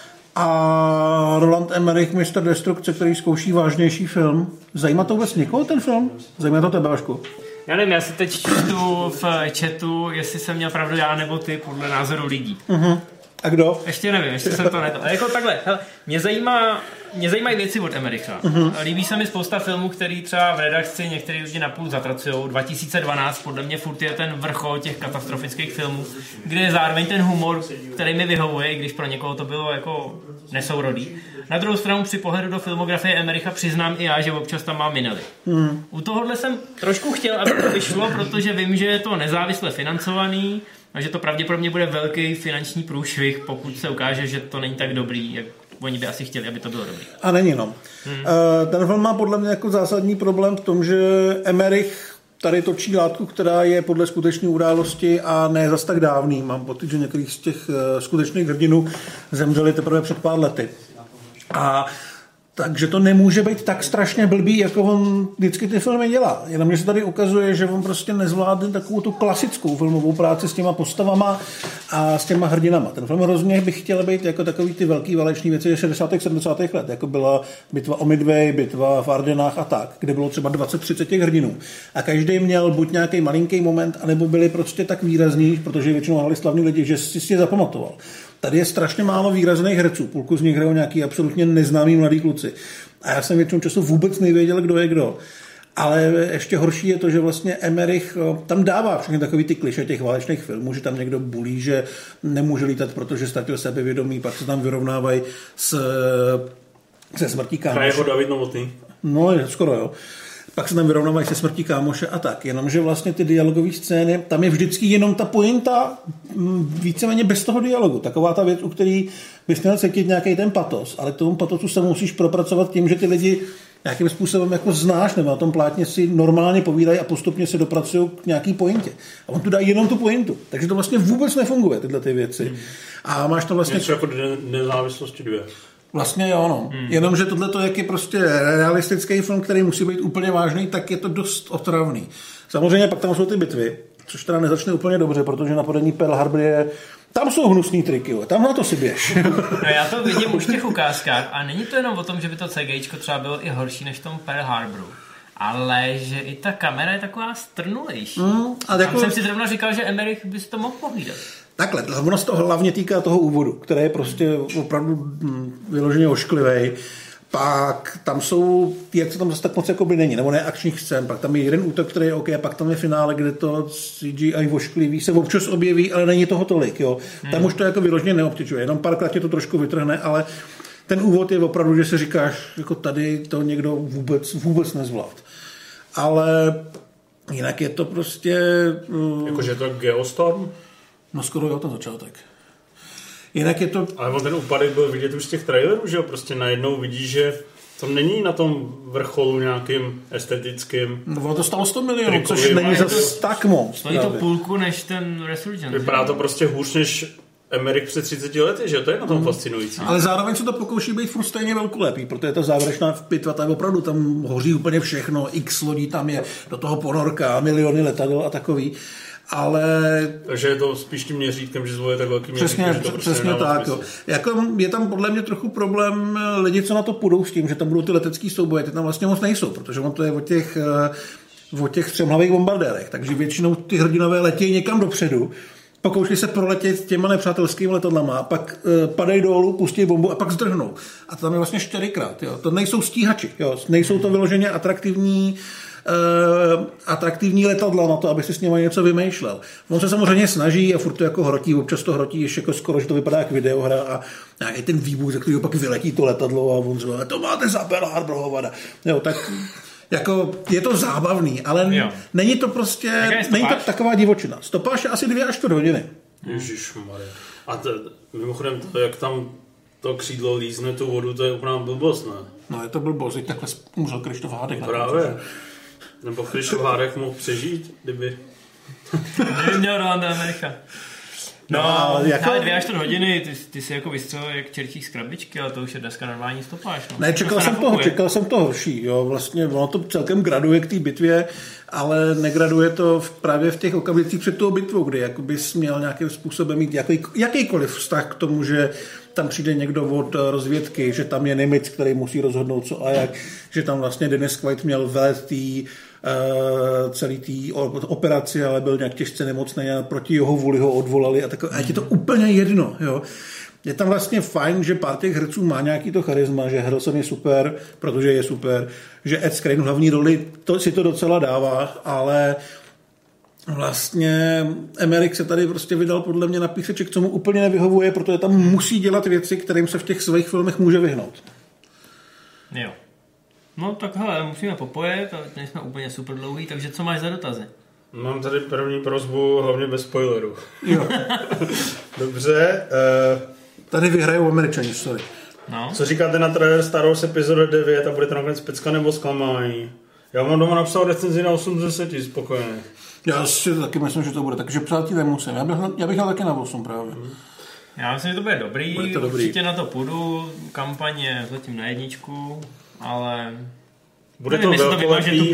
A Roland Emmerich, mistr destrukce, který zkouší vážnější film. Zajímá to vůbec někoho ten film? Zajímá to tebe, Vašku? Já nevím, já si teď čtu v chatu, jestli jsem měl pravdu já nebo ty, podle názoru lidí. A kdo? Ještě nevím, ještě jsem to nedal. Jako takhle, hele, mě zajímají věci od Emericha. Líbí se mi spousta filmů, který třeba v redakci některý lidi napůl zatracujou. 2012 podle mě furt je ten vrchol těch katastrofických filmů, kde je zároveň ten humor, který mi vyhovuje, i když pro někoho to bylo jako nesourodý. Na druhou stranu při pohledu do filmografie Emericha přiznám i já, že občas tam mám minely. U tohohle jsem trošku chtěl, aby to vyšlo, protože vím, že je to nezávisle financovaný, a že to pravděpodobně bude velký finanční průšvih, pokud se ukáže, že to není tak dobrý, jak oni by asi chtěli, aby to bylo dobrý. A není, no. Ten film má podle mě jako zásadní problém v tom, že Emmerich tady točí látku, která je podle skutečné události a ne zas tak dávný. Mám pocit, že některých z těch skutečných hrdinů zemřeli teprve před pár lety. A takže to nemůže být tak strašně blbý, jako on vždycky ty filmy dělá. Jenomže se tady ukazuje, že on prostě nezvládne takovou tu klasickou filmovou práci s těma postavama a s těma hrdinama. Ten film hrozně bych chtěl být jako takový ty velký váleční věci 60. 70. let, jako byla bitva o Midway, bitva v Ardenách a tak, kde bylo třeba 20-30 těch hrdinů. A každý měl buď nějaký malinký moment, anebo byli prostě tak výrazní, protože většinou hráli slavní lidi, že si je zapamatoval. Tady je strašně málo výrazných herců, půlku z nich hrajou nějaký absolutně neznámý mladý kluci. A já jsem většinou času vůbec nevěděl, kdo je kdo. Ale ještě horší je to, že vlastně Emmerich tam dává všechny takový ty klišé těch válečných filmů, že tam někdo bulí, že nemůže lítat, protože ztratil sebevědomí, pak se tam vyrovnávají se smrtí kámoše. Hraje ho David Novotný. No, skoro jo. Pak se tam vyrovnávají se smrtí kámoše a tak. Jenomže vlastně ty dialogové scény, tam je vždycky jenom ta pointa víceméně bez toho dialogu. Taková ta věc, u který bys měl cítit nějaký ten patos, ale k tomu patosu se musíš propracovat tím, že ty lidi nějakým způsobem jako znáš, nebo na tom plátně si normálně povídají a postupně se dopracují k nějaký pointě. A on tu dá jenom tu pointu. Takže to vlastně vůbec nefunguje, tyhle ty věci. A máš to vlastně... Něco jako Nezávislosti 2. Vlastně jo, no. Jenomže tohle, jak je prostě realistický film, který musí být úplně vážný, tak je to dost otravný. Samozřejmě pak tam jsou ty bitvy, což teda nezačne úplně dobře, protože napadení Pearl Harbor je... Tam jsou hnusný triky, jo. Tam na to si běž. No já to vidím už v těch ukázkách a není to jenom o tom, že by to CGIčko třeba bylo i horší než v tom Pearl Harboru. Ale že i ta kamera je taková strnulejší. A tam jsem si zrovna říkal, že Emmerich by si to mohl pohlídat. Takhle, ono se to hlavně týká toho úvodu, který je prostě opravdu vyloženě ošklivý. Pak tam jsou, jak to tam zase tak moc jakoby není, nebo ne akčních scén, pak tam je jeden útok, který je OK, a pak tam je finále, kde to CGI ošklivý se občas objeví, ale není toho tolik, jo. Tam už to jako vyloženě neobtěžuje, jenom párkrát tě to trošku vytrhne, ale ten úvod je opravdu, že si říkáš, jako tady to někdo vůbec nezvlád. Ale jinak je to prostě... Jakože je to Geostorm? No skoro jo, ten začátek. Jinak je to... Ale ten úpadek byl vidět už z těch trailerů, že jo? Prostě najednou vidíš, že to není na tom vrcholu nějakým estetickým. No to stalo 100 milionů, což není zase tak moc. Stojí to půlku než ten Resurgence. Vypadá to prostě hůř než Emmerich před 30 lety, že to je na tom fascinující. Ale zároveň se to pokouší být furt stejně velkolepý, protože ta závěrečná bitva, ta je opravdu, tam hoří úplně všechno, x lodí tam je, do toho ponorka, miliony letadel a takový. Ale... Takže je to spíš tím měřítkem, že zvoluje tak velký měřítkem, že to prostě přesně tak. Jako je tam podle mě trochu problém lidi, co na to půjdou s tím, že tam budou ty letecký souboje, ty tam vlastně moc nejsou, protože on to je o těch střemhlavých bombardérech, takže většinou ty hrdinové letějí někam dopředu, pokoušeli se proletět těma nepřátelskými letadlama, pak padají dolů, pustí bombu a pak zdrhnou. A to tam je vlastně 4krát. Jo. To nejsou stíhači, jo. Nejsou to vyloženě atraktivní letadla na to, aby si s nimi něco vymýšlel. On se samozřejmě snaží a furt to jako hrotí, občas to hrotí ještě jako skoro, že to vypadá jak videohra a je ten výbuch, ze kterého pak vyletí to letadlo a on říká, to máte za Pearl Harbor hovada. Jo, tak jako je to zábavný, ale není to prostě, není to taková divočina. Stopáž je asi 2,25 hodiny. Ježišmarja. A mimochodem to, jak tam to křídlo lízne tu vodu, to je úplná blbost, ne? No je to blbost, teď takhle umřel Krištof Hádek. Právě. Nebo Krištof Hádek mohl přežít, kdyby měl Rolanda Emericha. No, jako... 2,4 hodiny, ty jsi jako vystřelil jak čertík z krabičky, ale to už je dneska normální stopáž. No. Ne, čekal jsem to horší. Jo. Vlastně ono to celkem graduje k té bitvě, ale negraduje to právě v těch okamžicích před tou bitvou, kdy bys měl nějakým způsobem mít jakýkoliv vztah k tomu, že tam přijde někdo od rozvědky, že tam je Nimitz, který musí rozhodnout co a jak, že tam vlastně Dennis Quaid měl velet celý té operaci, ale byl nějak těžce nemocný a proti jeho vůli ho odvolali a takové. A je to úplně jedno. Jo. Je tam vlastně fajn, že pár těch herců má nějaký to charisma, že Harrelson je super, protože je super, že Ed Skrein v hlavní roli si to docela dává, ale vlastně Emmerich se tady prostě vydal podle mě na píseček, co mu úplně nevyhovuje, protože tam musí dělat věci, kterým se v těch svých filmech může vyhnout. Jo. No tak hele, musíme popojet, ale nejsme úplně super dlouhý, takže co máš za dotazy? Mám tady první prosbu, hlavně bez spoilerů. Jo. Dobře. Tady vyhrajou Američani, sorry. No. Co říkáte na trailer Star Wars epizoda 9 a bude to nakonec pecka nebo zklamání? Já mám doma napsal recenzi na 8 z 10, spokojeně. Já si taky myslím, že to bude, takže přátí nemusím. Já bych dal taky na 8 právě. Já myslím, že to bude dobrý, určitě na to půjdu, kampaně zatím na 1, ale... Bude to velkolepý,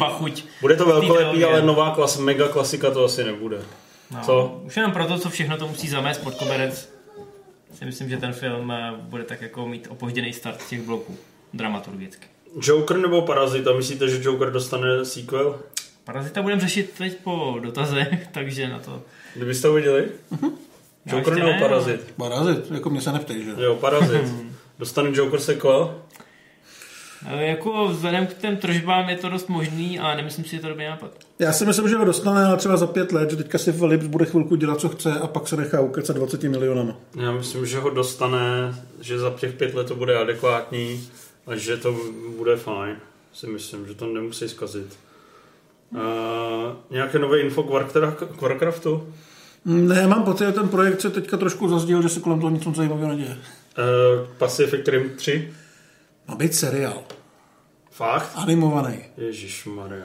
ale nová mega klasika to asi nebude. No, co? Už jenom proto, co všechno to musí zamést pod koberec, si myslím, že ten film bude tak jako mít opožděný start těch bloků, dramaturgicky. Joker nebo Parazita? Myslíte, že Joker dostane sequel? Parazita budeme řešit teď po dotazech, takže na to... Kdybyste to viděli? Joker nebo Parazit? Parazit, jako mě se neptej, že? Jo, Parazit. Dostane Joker sequel? Jako vzhledem k těm tržbám je to dost možný, ale nemyslím si, že to dobrý nápad. Já si myslím, že ho dostane ale třeba za 5 let, že teďka si Philips bude chvilku dělat, co chce a pak se nechá ukecat 20 milionama. Já myslím, že ho dostane, že za těch 5 let to bude adekvátní a že to bude fajn. Si myslím, že to nemusí zkazit. Nějaké nové info k Warcraftu? Ne, mám pocit, že ten projekt se teďka trošku zazdíl, že se kolem toho nic moc zajímavého neděje. Pacific Rim 3? Má být seriál. Fakt? Animovaný. Ježišmarja.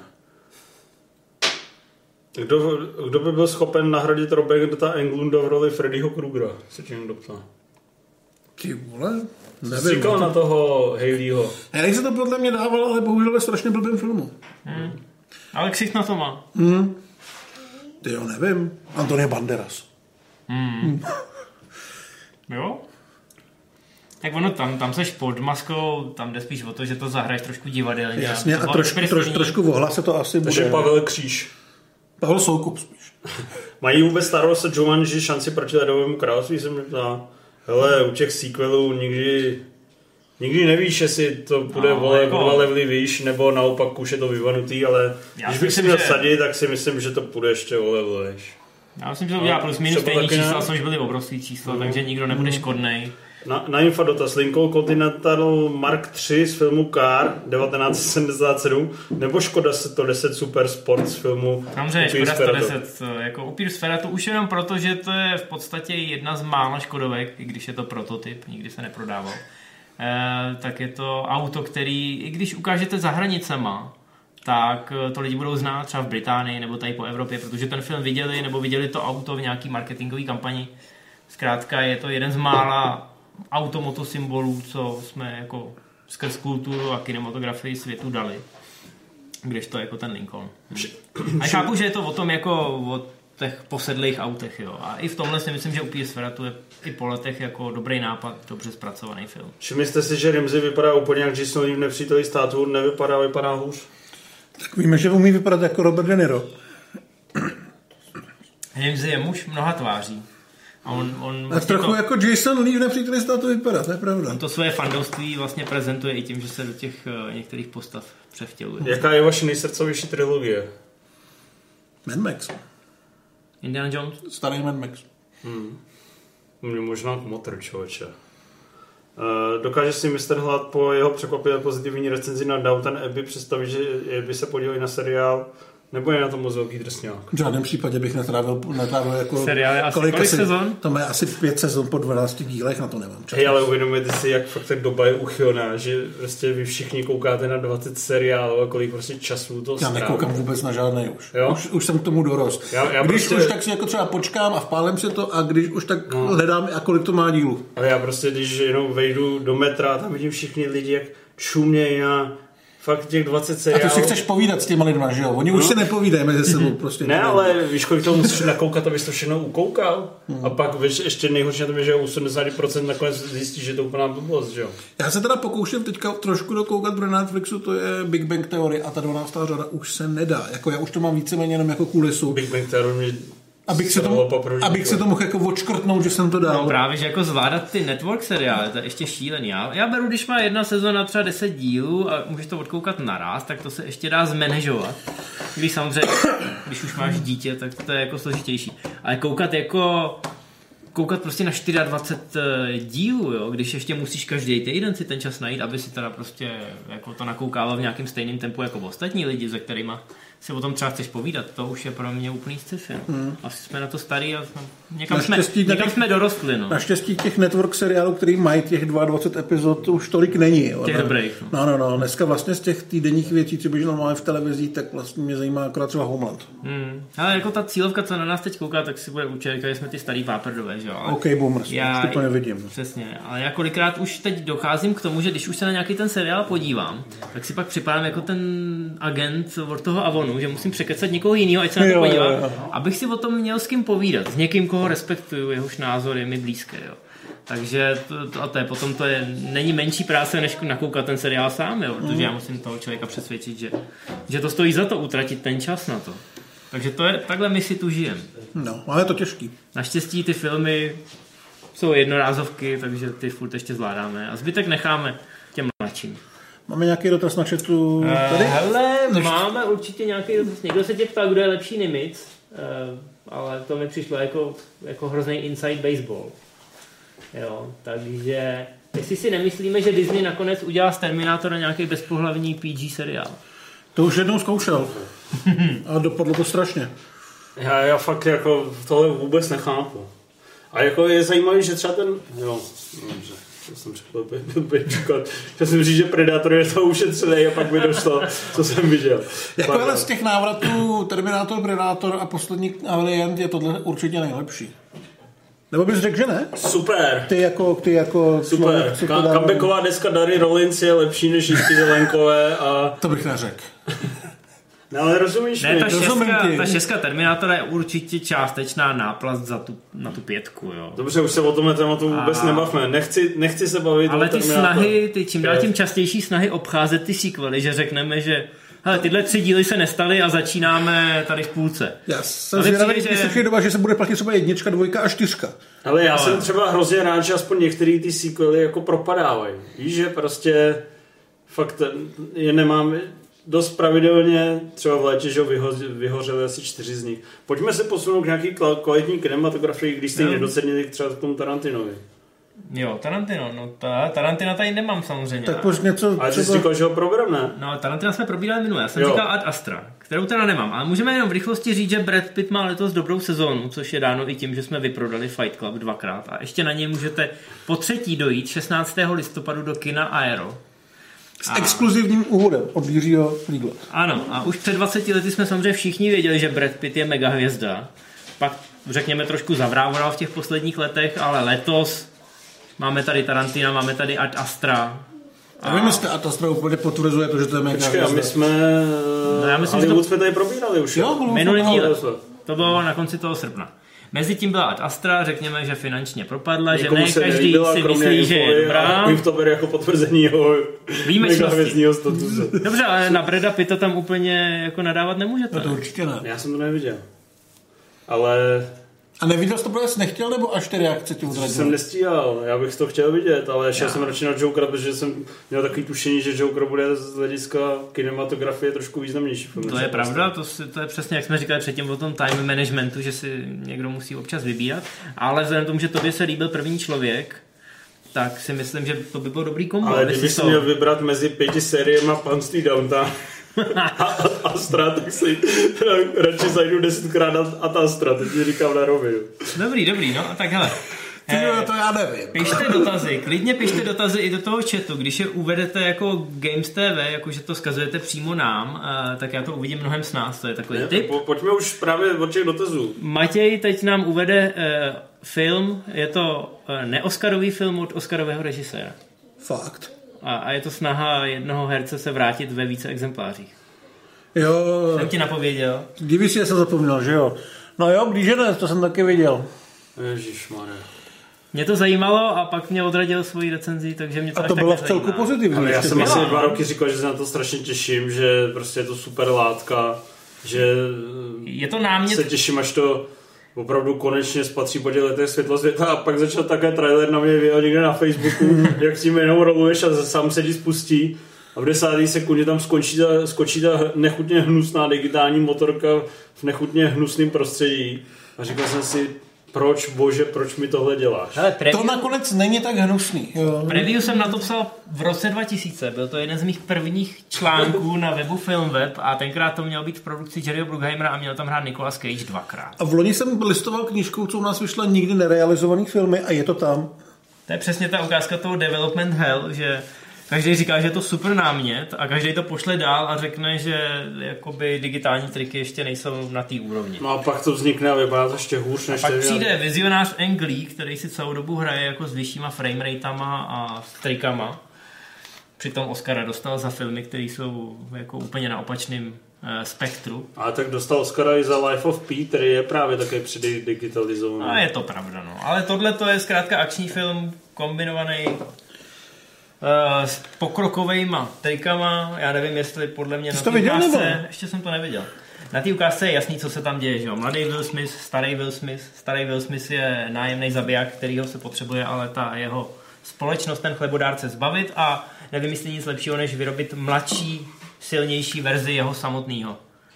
Kdo by byl schopen nahradit Roberta Englunda v roli Freddyho Krugera? Se tím doptá. Ty vole? Nevím. Říkal na toho Haleyho. Já se to podle mě dával, ale bohužel ve strašně blbým filmu. Ale ksicht na to má. Ty jo, nevím. Antonio Banderas. Jo? Tak ono tam seš pod maskou, tam jde spíš o to, že to zahraješ trošku divadelně. Jasně, a trošku v ohlase to asi bude. Takže Pavel Kříž. Pavel Soukup spíš. Mají vůbec Star Wars a Jumanji šanci proti Ledovému království? Jsem ptá. Hele, u těch sequelů nikdy nevíš, jestli to bude o dva levely výš, nebo naopak už je to vyvanutý, ale když bych si měl sadit, tak si myslím, že to půjde ještě o level výš. Já myslím, že to udělá plus minus stejný čísla, což byly obrovský čísla, takže nikdo nebude škodnej. Na info dotaz. Lincoln Continental Mark III z filmu Car 1977 nebo Škoda 110 Super Sport z filmu samozřejmě Škoda 110 jako Upír Sfera, to už jenom proto, že to je v podstatě jedna z mála Škodovek, i když je to prototyp, nikdy se neprodával. Tak je to auto, který, i když ukážete za hranicema, tak to lidi budou znát třeba v Británii nebo tady po Evropě, protože ten film viděli nebo viděli to auto v nějaký marketingové kampani. Zkrátka je to jeden z mála automotosymbolů, co jsme jako skrz kulturu a kinematografii světu dali. Kdežto jako ten Lincoln. A chápu, že je to o tom jako o těch posedlých autech, jo. A i v tomhle si myslím, že Upír Sferatu je i po letech jako dobrý nápad, dobře zpracovaný film. Všimli jste si, že Rimsey vypadá úplně jak Jason Lee v Nepříteli státu, vypadá hůř? Tak víme, že umí vypadat jako Robert De Niro. Rimsey je muž mnoha tváří. A on a trochu jako Jason Lee v Nepříteli státu vypadá, to je pravda. On to své fandovství vlastně prezentuje i tím, že se do těch některých postav převtěluje. Jaká je vaše nejsrdcovější trilogie? Mad Max. Indiana Jones? Starý Mad Max. Mě možná Kmotr, člověče. Dokáže si Mr. Hlad po jeho překvapivé pozitivní recenzi na Downton Abbey představit, že by se podíleli na seriál, nebo je na to moc velký drsňák? V žádném případě bych netrávil jako... Seriál je asi kolik sezon? To má asi 5 sezon po 12 dílech, na to nemám čas. Hej, ale uvědomujete si, jak fakt tak doba je uchylná, že prostě vy všichni koukáte na 20 seriálů a kolik prostě času to stráví. Já nekoukám vůbec na žádnej už. Jo? Už jsem k tomu dorost. Když prostě... už tak si jako třeba počkám a vpálím si to a když už tak hledám, a kolik to má dílu. Ale já prostě, když jenom vejdu do metra a tam vidím všichni lidi, jak šumějí na fakt těch 20 seriálů. A ty si chceš povídat s těma lidma, že jo? Oni už se nepovídají mezi sebou prostě. Ne, ale víš, kolik toho musíš nakoukat, abys to všechno ukoukal. A pak víš, ještě nejhorší na tom je, že u 70% nakonec zjistíš, že to úplná blbost, že jo? Já se teda pokouším teďka trošku dokoukat, pro Netflixu to je Big Bang Theory a ta 12. řada už se nedá. Jako já už to mám víceméně jenom jako kulisu. Big Bang Theory mě... Abych se to mohl jako odškrtnout, že jsem to dal. No právě, že jako zvládat ty network seriály, to je ještě šílený. Já beru, když má jedna sezona třeba 10 dílů a můžeš to odkoukat naraz, tak to se ještě dá zmanéžovat. Když samozřejmě, když už máš dítě, tak to je jako složitější. Ale koukat prostě na 24 dílů, jo, když ještě musíš každý týden si ten čas najít, aby si teda prostě jako to nakoukával v nějakém stejném tempu jako ostatní lidi, se kterýma si o tom třeba chceš povídat, to už je pro mě úplný sci-fi. Asi jsme na to starý a někam jsme dorostli. No. Naštěstí těch network seriálů, který mají těch 22 epizod, už tolik není. Jo. Těch dobrých. No. Dneska vlastně z těch týdenních věcí, co běží normálně v televizi, tak vlastně mě zajímá akorát třeba Homeland. Ale jako ta cílovka, co na nás teď kouká, tak si bude určitě, že jsme ty starý páprdové, že jo. OK, boomers, už to nevidím. Přesně, ale já kolikrát už teď docházím k tomu, že když už se na nějaký ten seriál podívám, tak si pak připadám jako ten agent od toho Avonu, že musím překecat někoho jiného, ať se na to podívám, abych si o tom měl s kým povídat, s někým, koho respektuju, jehož názor je mi blízké, jo. Takže potom to není menší práce, než nakoukat ten seriál sám, jo, protože já musím toho člověka přesvědčit, že to stojí za to utratit ten čas na to. Takže takhle my si tu žijeme. No, ale je to těžký. Naštěstí ty filmy jsou jednorázovky, takže ty furt ještě zvládáme a zbytek necháme těm mladším. Máme nějaký dotaz na chatu tady? Hele, máme určitě nějaký dotaz. Někdo se tě ptal, kdo je lepší Nimitz, ale to mi přišlo jako hrozný inside baseball. Jo, takže jestli si nemyslíme, že Disney nakonec udělá z Terminátora nějaký bezpohlavní PG seriál. To už jednou zkoušel. A dopadlo to strašně. Já fakt jako tohle vůbec nechápu. A jako je zajímavé, že třeba ten... Jo, dobře. To jsem chtěl jsem říct, že Predator je to ušetřený a pak mi došlo, co jsem viděl. Jako ale z těch návratů Terminator, Predator a poslední Alien je tohle určitě nejlepší. Nebo bys řekl, že ne? Super. Ty jako super. Comebacková deska Dary Rollins je lepší než Jiří Zelenkové a... To bych neřekl. No ale rozumíš ne, mi? ta šestka Terminátora je určitě částečná náplast na tu 5, jo. Dobře, už se o tomhle tématu vůbec nebavme. Nechci se bavit ale o ty snahy, ty čím dál tím častější snahy obcházet ty sequely, že řekneme, že hele, tyhle 3 díly se nestaly a začínáme tady v půlce. Já jsem zvědavý, že doba, že se bude platit třeba 1, 2 a 4. Ale já jsem třeba hrozně rád, že aspoň některé ty sequely jako propadávají. Víš, že prostě fakt je nemám dost pravidelně, třeba v létě, že vyhořely asi 4 z nich. Pojďme se posunout k nějaký kvalitní kinematografii, když jste ji nedocenili třeba k tomu Tarantinovi. Jo, Tarantino, no Tarantina tady nemám samozřejmě. Tak pojď něco... Ale ty jsi říkal, že ho program, ne? No, Tarantina jsme probírali minule, já jsem říkal Ad Astra, kterou teda nemám, ale můžeme jenom v rychlosti říct, že Brad Pitt má letos dobrou sezónu, což je dáno i tím, že jsme vyprodali Fight Club 2krát a ještě na něj můžete po 3. dojít 16. listopadu do kina Aero. S exkluzivním úvodem od Jiřího Flígla. Ano, a už před 20 lety jsme samozřejmě všichni věděli, že Brad Pitt je mega hvězda. Pak řekněme trošku zavrávoral v těch posledních letech, ale letos máme tady Tarantina, máme tady Ad Astra. A vy myslíte, Ad Astra úplně potvrzuje to, že to je mega hvězda. Počkej, a my jsme... No, já myslím, Hollywood jsme tady probírali už. Jo, minulý díl. To bylo na konci toho srpna. Mezitím byla Ad Astra, řekněme, že finančně propadla, že ne každý si myslí, že je dobrá. A to bere jako potvrzení jeho megahvězdního statusu. Dobře, ale na Brada Pitta tam úplně jako nadávat nemůžete. No to určitě ne. Já jsem to neviděl. Ale... A neviděl jsi to, protože jsi nechtěl, nebo až ty reakce tě udradily? Jsem nestíhal, já bych to chtěl vidět, ale šel jsem radši na Jokera, protože jsem měl takový tušení, že Joker bude z hlediska kinematografie trošku významnější film. To je pravda, to je přesně, jak jsme říkali předtím o tom time managementu, že si někdo musí občas vybírat, ale vzhledem k tomu, že tobě se líbil První člověk, tak si myslím, že to by bylo dobrý kombo. Ale kdyby si měl vybrat mezi 5 sériemi Panství Downtown a Astra, tak si radši zajdu 10krát na Astra, teď ti říkám na rovinu. Dobrý, no a tak hele. To já nevím. Pište dotazy, klidně pište dotazy i do toho chatu, když je uvedete jako Games TV, jakože to vzkazujete přímo nám, tak já to uvidím mnohem s nás, to je takový tip. Pojďme už právě od těch dotazů. Matěj teď nám uvede film, je to neoscarový film od oscarového režiséra. Fakt. A je to snaha jednoho herce se vrátit ve více exemplářích. Jo. Jsem ti napověděl. Kdyby si se zapomněl, že jo? No jo, blížené, to jsem taky viděl. Ježišmarja. Mě to zajímalo a pak mě odradil svoji recenzi, takže mě to a to bylo v celku pozitivní. Ale já jsem asi 2 roky říkal, že se na to strašně těším, že prostě je to super látka, že je to námět... se těším, až to opravdu konečně spatří po těch letech světlo světa a pak začal také trailer na mě vyjel někde na Facebooku, jak s tím jenom roluješ a sám se ti spustí a v 10. sekundě tam skočí ta nechutně hnusná digitální motorka v nechutně hnusném prostředí a říkal jsem si, proč mi tohle děláš? Hele, to nakonec není tak hnusný. Jo. Preview jsem na to psal v roce 2000, byl to jeden z mých prvních článků na webu Filmweb a tenkrát to mělo být v produkci Jerryho Bruckheimera a měl tam hrát Nicolas Cage 2krát. A v loni jsem listoval knížkou, co u nás vyšla nikdy nerealizovaných filmy a je to tam. To je přesně ta ukázka toho Development Hell, že každý říká, že je to super námět a každý to pošle dál a řekne, že jakoby digitální triky ještě nejsou na té úrovni. No a pak to vznikne a vypadá to ještě hůř než pak přijde vizionář Ang Lee, který si celou dobu hraje jako s vyššíma frameratama a s trikama. Přitom Oscara dostal za filmy, které jsou jako úplně na opačném spektru. Ale tak dostal Oscara i za Life of Pi, který je právě také předdigitalizovaný. A je to pravda, no. Ale tohle to je zkrátka akční film kombinovaný s pokrokovejma trikama. Já nevím, jestli podle mě na té ukázce... Ještě jsem to neviděl. Na té ukázce je jasný, co se tam děje, že jo. Mladý Will Smith, starý Will Smith. Starý Will Smith je nájemný zabiják, kterýho se potřebuje, ale ta jeho společnost, ten chlebodárce zbavit a nevymyslí nic lepšího, než vyrobit mladší, silnější verzi jeho samotného.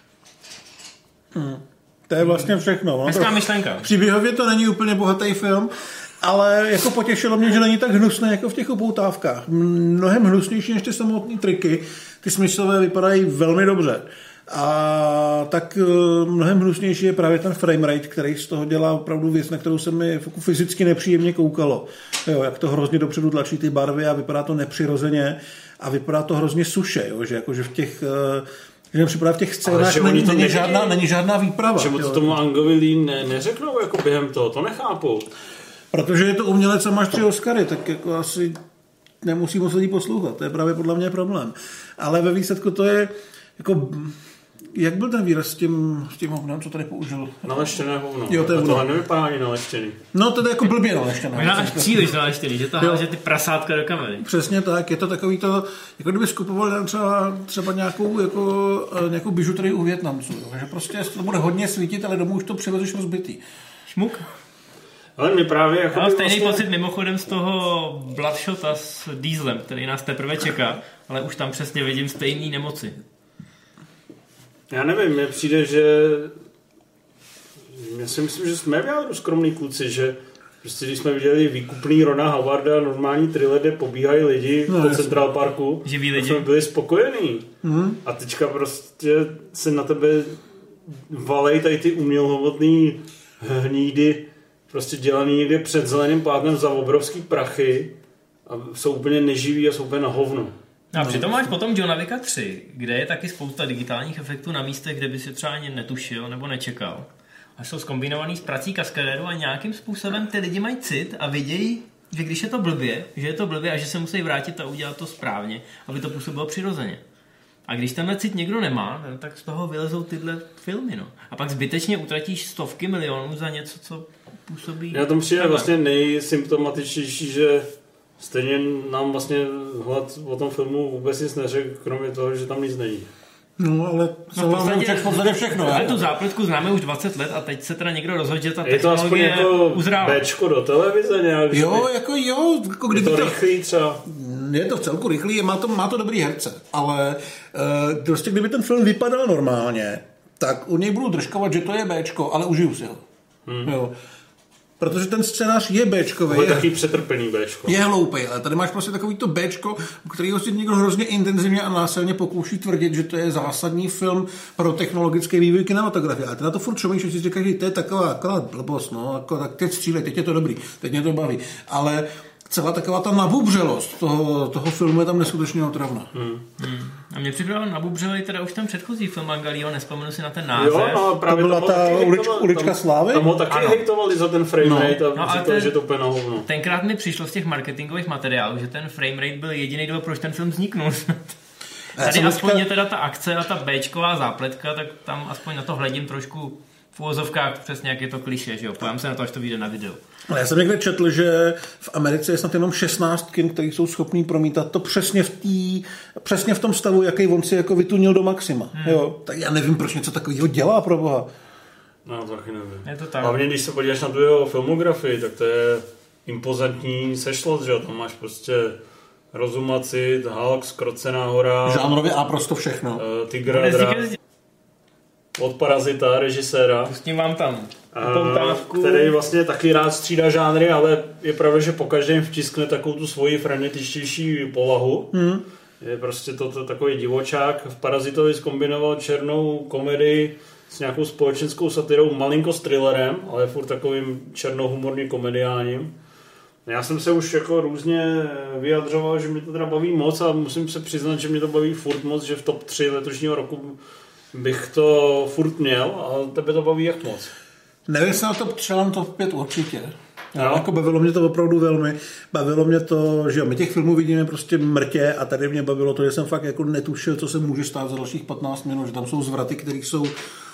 To je vlastně všechno. Hezká myšlenka. Příběhově to není úplně bohatý film, ale jako potěšilo mě, že není tak hnusný jako v těch upoutávkách. Mnohem hnusnější než ty samotné triky. Ty smyslové vypadají velmi dobře. A tak mnohem hnusnější je právě ten framerate, který z toho dělá opravdu věc, na kterou se mi fyzicky nepříjemně koukalo. Jo, jak to hrozně dopředu tlačí ty barvy a vypadá to nepřirozeně a vypadá to hrozně suše, jo, že jakože v těch že připadá v těch scénách není žádná výprava. Že to tomu Angovi Lee neřeknou jako během toho, to nechápu. Protože je to umělec a máš 3 Oscary, tak jako asi nemusí moc lidí poslouchat, to je právě podle mě problém. Ale ve výsledku to je jako... Jak byl ten výraz s tím hovnem, co tady použil? Naleštěné hovno. Jo, to je tohle nevypadá ani naleštěný. No, to je jako blbě naleštěné. Možná až příliš naleštěný, že to háže ty prasátka do kamery. Přesně tak, je to takový to, jako kdyby skupovali třeba nějakou bižuterii u Vietnamců, jo? Že prostě to bude hodně svítit, ale domů už to přivezeš rozbitý. Šmuk. Ale mi právě jako já mám stejný pocit mimochodem z toho Bloodshota s Dieselem, který nás teprve čeká, ale už tam přesně vidím stejný nemoci. Já nevím, mně přijde, že já si myslím, že jsme v jádru skromný kluci, že prostě když jsme viděli výkupný Rona Howarda, normální thriller, kde pobíhají lidi po Central Parku, živí lidi, jsme byli spokojení. A teďka prostě se na tebe valej tady ty umělohmotný hnídy, prostě dělaný někde před zeleným plátnem za obrovský prachy a jsou úplně neživí a jsou úplně na hovno. A přitom máš potom Johna Wicka 3, kde je taky spousta digitálních efektů na místech, kde by si třeba ani netušil nebo nečekal. A jsou zkombinovaný s prací kaskadérů a nějakým způsobem ty lidi mají cit a vidějí, že když je to blbě, že je to blbě a že se musí vrátit a udělat to správně, aby to působilo přirozeně. A když tenhle cit někdo nemá, tak z toho vylezou tyhle filmy. No. A pak zbytečně utratíš stovky milionů za něco, co působí... Já tomu přijde vlastně nejsymptomatičnější, že stejně nám vlastně hlad o tom filmu vůbec nic neřekl, kromě toho, že tam nic není. No, ale v podstatě všechno. Ale tu zápletku známe už 20 let a teď se teda někdo rozhodl, že ta technologie je to aspoň jako uzrála. Bčko do televize nějak. Jo, jako kdyby je to rychlý třeba. Je to v celku rychlý, má to dobrý herce, ale prostě kdyby ten film vypadal normálně, tak u něj budu držkovat, že to je Bčko, ale užiju si ho. Jo. Protože ten scénář je Bčkový. Je taky přetrpený Bčko. Je hloupej, ale tady máš prostě takový to Bčko, u kterého si někdo hrozně intenzivně a násilně pokouší tvrdit, že to je zásadní film pro technologický vývoj kinematografie. A ty na to furt šumíš, že si říkáš, že to je taková blbost, no, jako, tak teď střílej, teď je to dobrý, teď mě to baví. Ale celá taková ta nabubřelost toho filmu je tam neskutečně otravná. A mě připravil nabubřelej teda už ten předchozí film Angalího, nespomenu si na ten název. Jo, no, právě to byla ta ulička slávy? Tam ho taky hejtovali za ten framerate a říkali, že to úplně na hovno. Tenkrát mi přišlo z těch marketingových materiálů, že ten framerate byl jediný důvod, proč ten film vzniknul. Tady aspoň je teda ta akce a ta Bčková zápletka, tak tam aspoň na to hledím trošku v úvozovkách přesně jak je to klišé, že jo, pojďme se na to, až to vyjde na video. Ale já jsem někde četl, že v Americe je snad jenom 16 kin, který jsou schopní promítat to přesně v tom stavu, jaký on si jako vytunil do maxima. Jo, tak já nevím, proč něco takového dělá, pro boha. No, to taky nevím. Je to tak. Hlavně, když se podíváš na tu jeho filmografii, tak to je impozantní sešlost, že jo, tam máš prostě Rozumacit, Hulk, Zkrocená hora. Žánrově a prostě všechno. Tigra od Parazita, režiséra. Pustím vám tam který vlastně taky rád střídá žánry, ale je pravda, že po každém vtiskne takovou tu svoji frenetičtější povahu. Je prostě to takový divočák. V Parazitovi zkombinoval černou komedii s nějakou společenskou satirou, malinko s thrillerem, ale furt takovým černohumorně komediálním. Já jsem se už jako různě vyjadřoval, že mě to teda baví moc a musím se přiznat, že mě to baví furt moc, že v top 3 letošního roku bych to furt měl, ale tebe to baví jak moc? Nevím se na top 3, ale top 5 určitě. Jako bavilo mě to opravdu velmi. Bavilo mě to, že my těch filmů vidíme prostě mrtě a tady mě bavilo to, že jsem fakt jako netušil, co se může stát za dalších 15 minut, že tam jsou zvraty, které jsou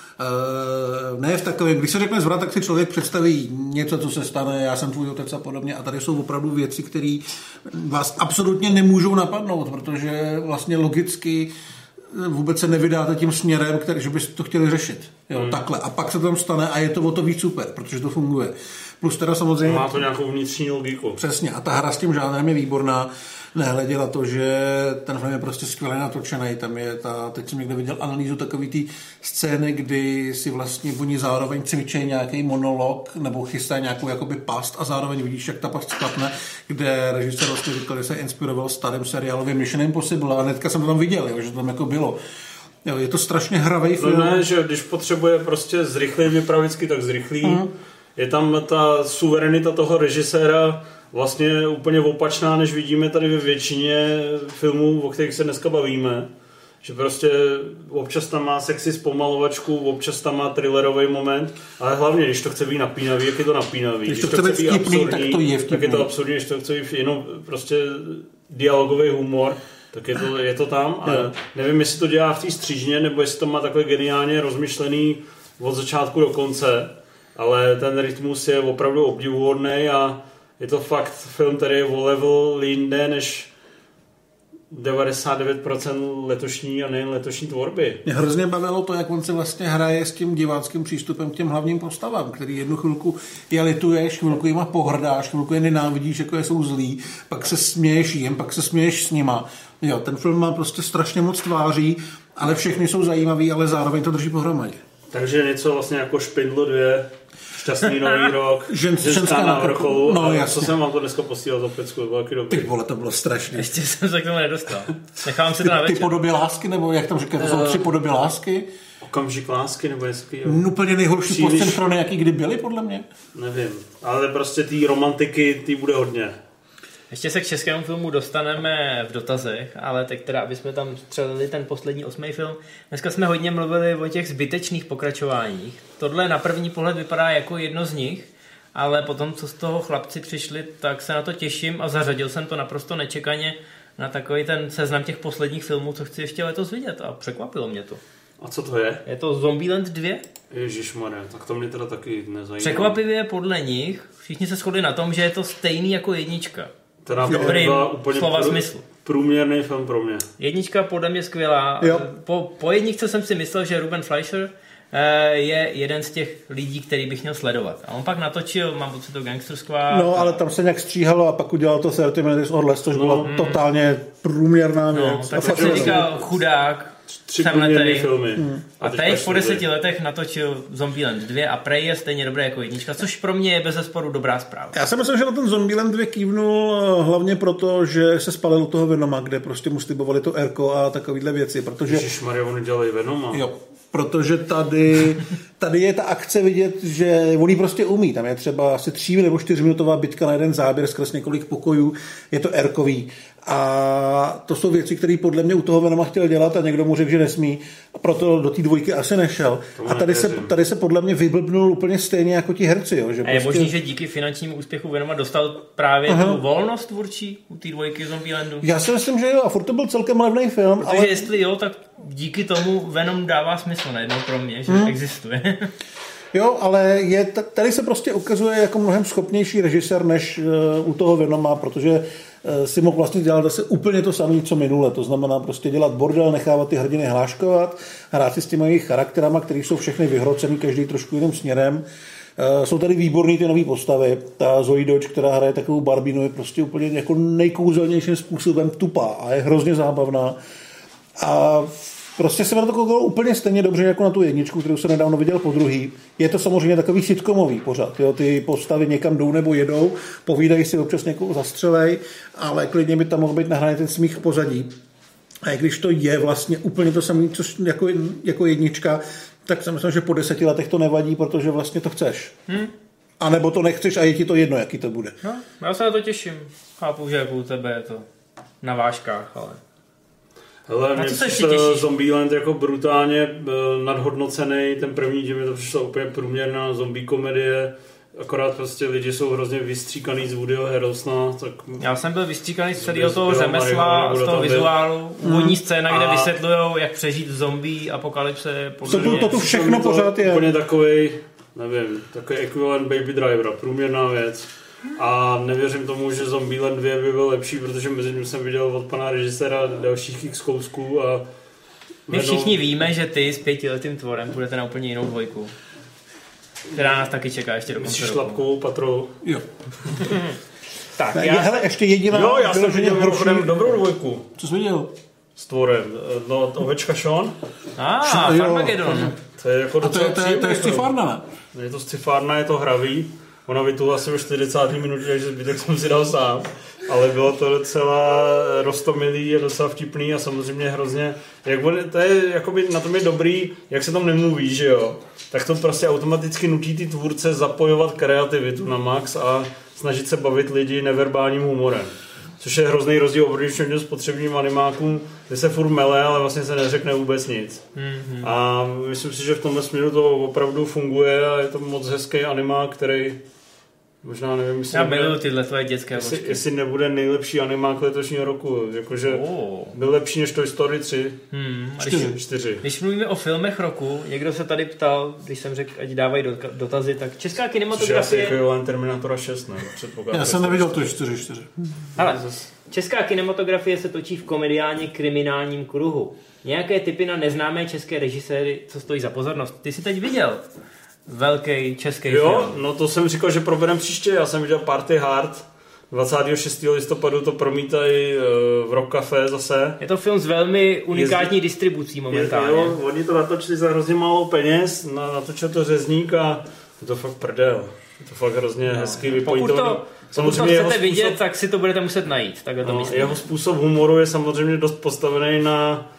ne v takovém, když se řekne zvrat, tak si člověk představí něco, co se stane, já jsem tvůj otec a podobně a tady jsou opravdu věci, které vás absolutně nemůžou napadnout, protože vlastně logicky vůbec se nevydáte tím směrem, že byste to chtěli řešit. Jo, takhle. A pak se to tam stane a je to o to víc super, protože to funguje. Plus teda samozřejmě... Má to nějakou vnitřní logiku. Přesně, a ta hra s tím žánrem je výborná, nehledě na to, že ten film je prostě skvěle natočený, tam je teď jsem někde viděl analýzu takový té scény, kdy si vlastně oni zároveň cvičí nějaký monolog nebo chystají nějakou jakoby past a zároveň vidíš, jak ta past sklapne, kde režisér vlastně říkal, že se inspiroval starým seriálovým Mission Impossible a hnedka jsem to tam viděl, jo, že to tam jako bylo. Jo, je to strašně hravej film. No ne, že když potřebuje prostě zrychlý vypravicky, tak zrychlý. Je tam ta suverenita toho režiséra vlastně úplně opačná, než vidíme tady ve většině filmů, o kterých se dneska bavíme. Že prostě občas tam má sexy zpomalovačku, občas tam má thrillerový moment, ale hlavně, když to chce být napínavý, jak je to napínavý. Když to chce být vtipný, absurdní, tak to je vtipný. Tak je to absurdní, když to chce být jenom prostě dialogový humor, tak je to tam. A nevím, jestli to dělá v té střížně, nebo jestli to má takhle geniálně rozmyšlený od začátku do konce, ale ten rytmus je opravdu obdivuhodný a je to fakt film, který je o level jinde než 99% letošní a nejen letošní tvorby. Mě hrozně bavilo to, jak on se vlastně hraje s tím diváckým přístupem k těm hlavním postavám, který jednu chvilku je lituješ, chvilku jima pohrdáš, chvilku je nenávidíš, jako je jsou zlí, pak se směješ jim, pak se směješ s nima. Jo, ten film má prostě strašně moc tváří, ale všechny jsou zajímavý, ale zároveň to drží pohromadě. Takže něco vlastně jako Špindlo 2, Šťastný nový rok, ženská na vrcholu. No, co jsem vám to dneska posílal za pecku, to bylo taky dobrý. Ty vole, to bylo strašný. Ještě jsem se k tomu nedostal. Nechám si to na večer. Ty podoby lásky, nebo jak tam říkáte, to jsou 3 podoby lásky? Okamžik lásky, nebo jestli... Úplně nejhorší postcentrony, jaký kdy byly, podle mě. Nevím, ale prostě té romantiky, ty bude hodně. Ještě se k českému filmu dostaneme v dotazech, ale teď teda, aby jsme tam střelili ten poslední 8. film. Dneska jsme hodně mluvili o těch zbytečných pokračováních. Tohle na první pohled vypadá jako jedno z nich, ale potom, co z toho chlapci přišli, tak se na to těším a zařadil jsem to naprosto nečekaně na takový ten seznam těch posledních filmů, co chci ještě letos vidět a překvapilo mě to. A co to je? Je to Zombieland 2? Ježišmarja, tak to mě teda taky nezajímá. Překvapivě podle nich všichni se shodli na tom, že je to stejný jako jednička. Teda byla úplně slova smyslu. Průměrný film pro mě. Jednička podle mě skvělá. Po jedničce jsem si myslel, že Ruben Fleischer je jeden z těch lidí, který bych měl sledovat. A on pak natočil, mám pocit, to Gangster Squad. No, ale tam se nějak stříhalo a pak udělal to 30 Minutes or Less, což byla totálně průměrná věc. No, tak se říkal chudák, 3 průměrný filmy. A teď po 10 letech natočil Zombieland 2 a prej je stejně dobré jako jednička, což pro mě je bezesporu dobrá zpráva. Já si myslím, že na ten Zombieland 2 kývnul hlavně proto, že se spalil u toho Venoma, kde prostě mu slibovali to Erko a takovýhle věci, protože... Ježišmarja, oni dělají Venoma. Jo, protože tady je ta akce vidět, že on ji prostě umí. Tam je třeba asi 3 nebo 4 minutová bitka na jeden záběr skrz několik pokojů. Je to Erkový. A to jsou věci, které podle mě u toho Venoma chtěl dělat a někdo mu řekl, že nesmí. A proto do té 2 asi nešel. A tady se podle mě vyblbnul úplně stejně jako ti herci. Jo, že a je možný, že díky finančnímu úspěchu Venoma dostal právě tu volnost tvůrčí u té 2 Zombielandu? Já si myslím, že jo. A furt to byl celkem levný film. Protože jestli jo, tak díky tomu Venom dává smysl najednou pro mě, že existuje. Jo, ale tady se prostě ukazuje jako mnohem schopnější režisér než u toho Venoma, protože si mohl vlastně dělat zase úplně to samé, co minule. To znamená prostě dělat bordel, nechávat ty hrdiny hláškovat, hrát si s těmi jejich charakterama, který jsou všechny vyhrocený, každý trošku jiným směrem. Jsou tady výborný ty nové postavy. Ta Zoe Dodge, která hraje takovou Barbinu, je prostě úplně jako nejkouzelnějším způsobem tupá a je hrozně zábavná. A prostě se na to koukalo úplně stejně dobře jako na tu jedničku, kterou jsem nedávno viděl po druhý. Je to samozřejmě takový sitcomový pořad. Jo? Ty postavy někam jdou nebo jedou, povídají si, občas někoho zastřelej, ale klidně by tam mohl být nahraný ten smích v pozadí. A když to je vlastně úplně to samé, co jako jednička, tak si myslím, že po 10 letech to nevadí, protože vlastně to chceš. A nebo to nechceš a je ti to jedno, jaký to bude. No, já se na to těším. Chápu, že jako u tebe je to na vážkách, ale... Hele, mě přišel Zombieland jako brutálně nadhodnocený. Ten první díl mi to přišlo úplně průměrná zombie komedie. Akorát prostě lidi jsou hrozně vystříkaný z Woodyho Harrelsona. Tak já jsem byl vystříkaný z celého toho řemesla, z toho vizuálu. Úvodní scéna, kde vysvětlujou, jak přežít v zombie apokalypse. To tu všechno pořád je. Úplně takový ekvivalent Baby Drivera, průměrná věc. A nevěřím tomu, že Zombieland 2 by byl lepší, protože mezi tím jsem viděl od pana režiséra dalších x kousků a... My všichni víme, že ty s 5letým tvorem budete na úplně jinou 2. která nás taky čeká ještě do konce Myslíš roku. Šlapkovou patrolu? Jo. Tak, Hele, ještě jediná... Jo, já jsem vyloženě viděl mimochodem dobrou dvojku Co jsi viděl? s tvorem. No, ovečka Sean. jo. Farmagedon. To je jako A to je sci-farna, ne? Je to sci-farna, je to hravý. Ona vytuhla asi ve 40. minutě, takže zbytek jsem si dal sám. Ale bylo to docela roztomilý, je docela vtipný a samozřejmě hrozně... to je, jakoby, na tom je dobrý, jak se tam nemluví, že jo? Tak to prostě automaticky nutí ty tvůrce zapojovat kreativitu na max a snažit se bavit lidi neverbálním humorem. Což je hrozný rozdíl oproti všem spotřebním animákům, kde se furt mele, ale vlastně se neřekne vůbec nic. Mm-hmm. A myslím si, že v tomhle směru to opravdu funguje a je to moc hezký animák, který možná nevím, jestli já miluju tyhle tvoje dětské vložky. Jestli nebude nejlepší animák letošního roku. Jakože byl lepší než Toy Story 3. 4. Když mluvíme o filmech roku, někdo se tady ptal, když jsem řekl, ať dávají dotazy, tak česká kinematografie... Což je asi ekvivalent Terminatora 6, ne? Já jsem neviděl to 4. Ale česká kinematografie se točí v komediálně kriminálním kruhu. Nějaké tipy na neznámé české režiséry, co stojí za pozornost. Ty jsi teď viděl velký český film. Jo, no to jsem říkal, že proberem příště. Já jsem viděl Party Hard. 26. listopadu to promítají v Rock Café zase. Je to film s velmi unikátní distribucí momentálně. Jo, oni to natočili za hrozně málo peněz, natočil to řezník a je to fakt prdel. Je to fakt hrozně hezký, vypojí to. Pokud to chcete vidět, tak si to budete muset najít. Takhle to myslím. Jeho způsob humoru je samozřejmě dost postavený na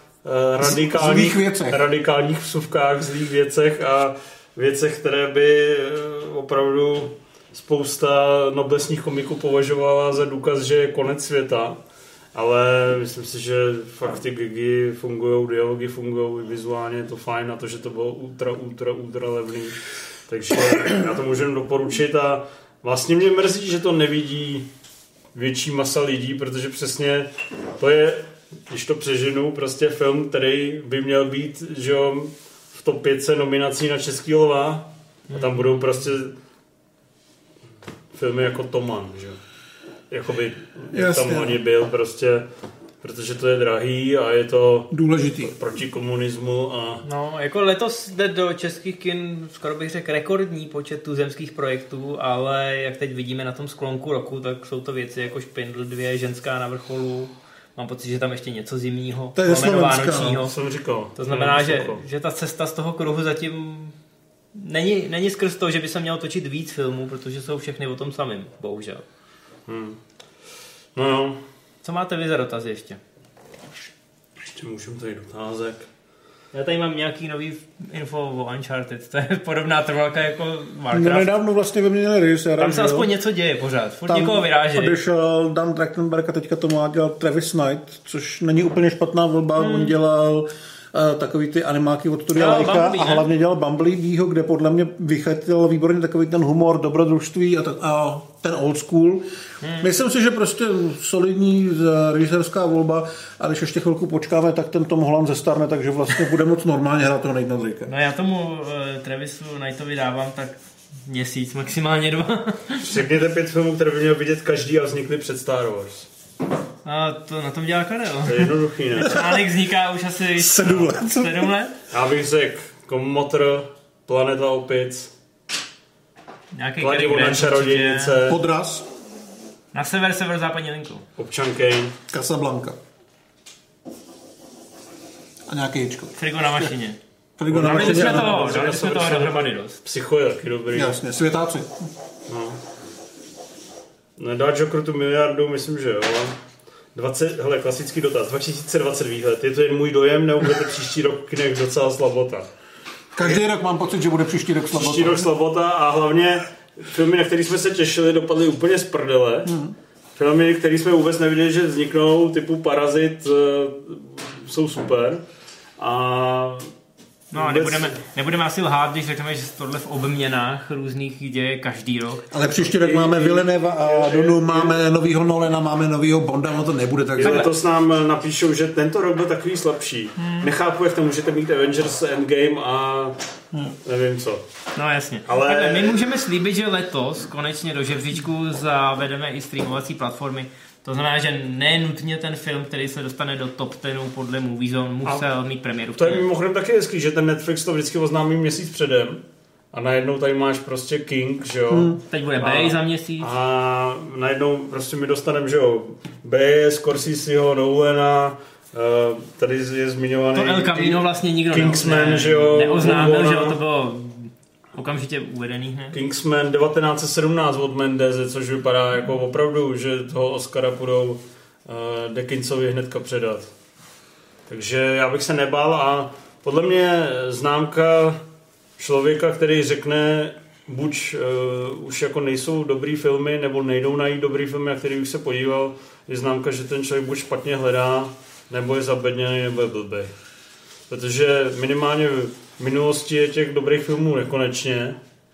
radikálních vsuvkách, zlých věcech a věcech, které by opravdu spousta noblesních komiků považovala za důkaz, že je konec světa. Ale myslím si, že fakt ty gigy fungují, dialogy fungují, vizuálně je to fajn na to, že to bylo ultra levný. Takže já to můžu doporučit a vlastně mě mrzí, že to nevidí větší masa lidí, protože přesně to je, když to přeženu, prostě film, který by měl být, že jo, v top 5 nominací na Český lva a tam budou prostě filmy jako Toman, že jo. Jakoby tam oni byl prostě, protože to je drahý a je to důležitý proti komunismu a... No, jako letos jde do českých kin, skoro bych řekl, rekordní počet tuzemských projektů, ale jak teď vidíme na tom sklonku roku, tak jsou to věci jako Špindl 2, Ženská na vrcholu. Mám pocit, že tam ještě něco zimního, vánočního. Jsem říkal. To znamená, že ta cesta z toho kruhu zatím není skrz to, že by se mělo točit víc filmů, protože jsou všechny o tom samým, bohužel. No jo. Co máte vy za dotazy ještě? Ještě můžeme tady dotázek. Já tady mám nějaký nový info o Uncharted, to je podobná trvalka jako Warcraft. No nedávno vlastně vyměnili režiséra. Tam se aspoň něco děje pořád, furt někoho vyráží. Tam odešel Dan Trachtenberg a teďka to má dělat Travis Knight, což není úplně špatná volba, on dělal takový ty animáky od studia Laika a hlavně dělal Bumblebeeho, kde podle mě vychytil výborně takový ten humor, dobrodružství a ten old school. Myslím si, že prostě solidní režisérská volba, a když ještě chvilku počkáme, tak ten Tom Holland zestarne, takže vlastně bude moc normálně hrát toho Nathana Drakea. No já tomu Travisu Knightovi dávám tak měsíc, maximálně 2. Řekněte 5 filmů, které by měl vidět každý a vznikly před Star Wars. A to na tom dělá Karel. To je jednoduchý, ne? Článek vzniká už asi 7 let. 7 let? Já bych řekl Komotr, Planeta opic, Nějaký Kladivona čarodějnice, Podraz, Na severozápadní linku. Občan Kane, Casablanca a nějaký Hitchcock. Frigo na mašině. Frigo na mašině. Dali jsme toho dohromady dost. Psycho je taky dobrý. Jasně, Světáci. No. Nedá Joker tu miliardu, myslím, že jo. Hele, klasický dotaz. 2020 výhled. Je to jen můj dojem, nebo budete příští rok kinech docela slabota? Každý rok mám pocit, že bude příští rok slabota. Příští rok slabota a hlavně filmy, na které jsme se těšili, dopadly úplně z prdele. Filmy, které jsme vůbec neviděli, že vzniknou, typu Parazit, jsou super. A no a nebudeme asi lhát, když řekneme, že tohle v obměnách různých děje každý rok. Ale příští rok máme Villeneuva a Dunu, máme novýho Nolana, máme novýho Bonda, no to nebude tak. Letos nám napíšou, že tento rok byl takový slabší. Nechápu, jak to můžete mít Avengers Endgame a nevím co. No jasně. Ale takhle, my můžeme slíbit, že letos konečně do žebříčku zavedeme i streamovací platformy. To znamená, že ne nutně ten film, který se dostane do top 10 podle Moviezone, musel mít premiéru. To je mimochodem taky hezký, že ten Netflix to vždycky oznámí měsíc předem a najednou tady máš prostě King, že jo. Teď bude Bay za měsíc. A najednou prostě my dostaneme, že jo, Bay, Scorseseho, Nolana, tady je zmiňovaný... To El Camino vlastně nikdo Kingsman, že jo. Neoznámil, že jo, to bylo okamžitě uvedený hned. Kingsman 1917 od Mendeze, což vypadá jako opravdu, že toho Oscara budou Dickinsovi hnedka předat. Takže já bych se nebál a podle mě známka člověka, který řekne, buď už jako nejsou dobrý filmy, nebo nejdou najít dobrý filmy, na který už se podíval, je známka, že ten člověk buď špatně hledá, nebo je zabedněný, nebo je blbý. Protože minimálně v minulosti je těch dobrých filmů nekonečně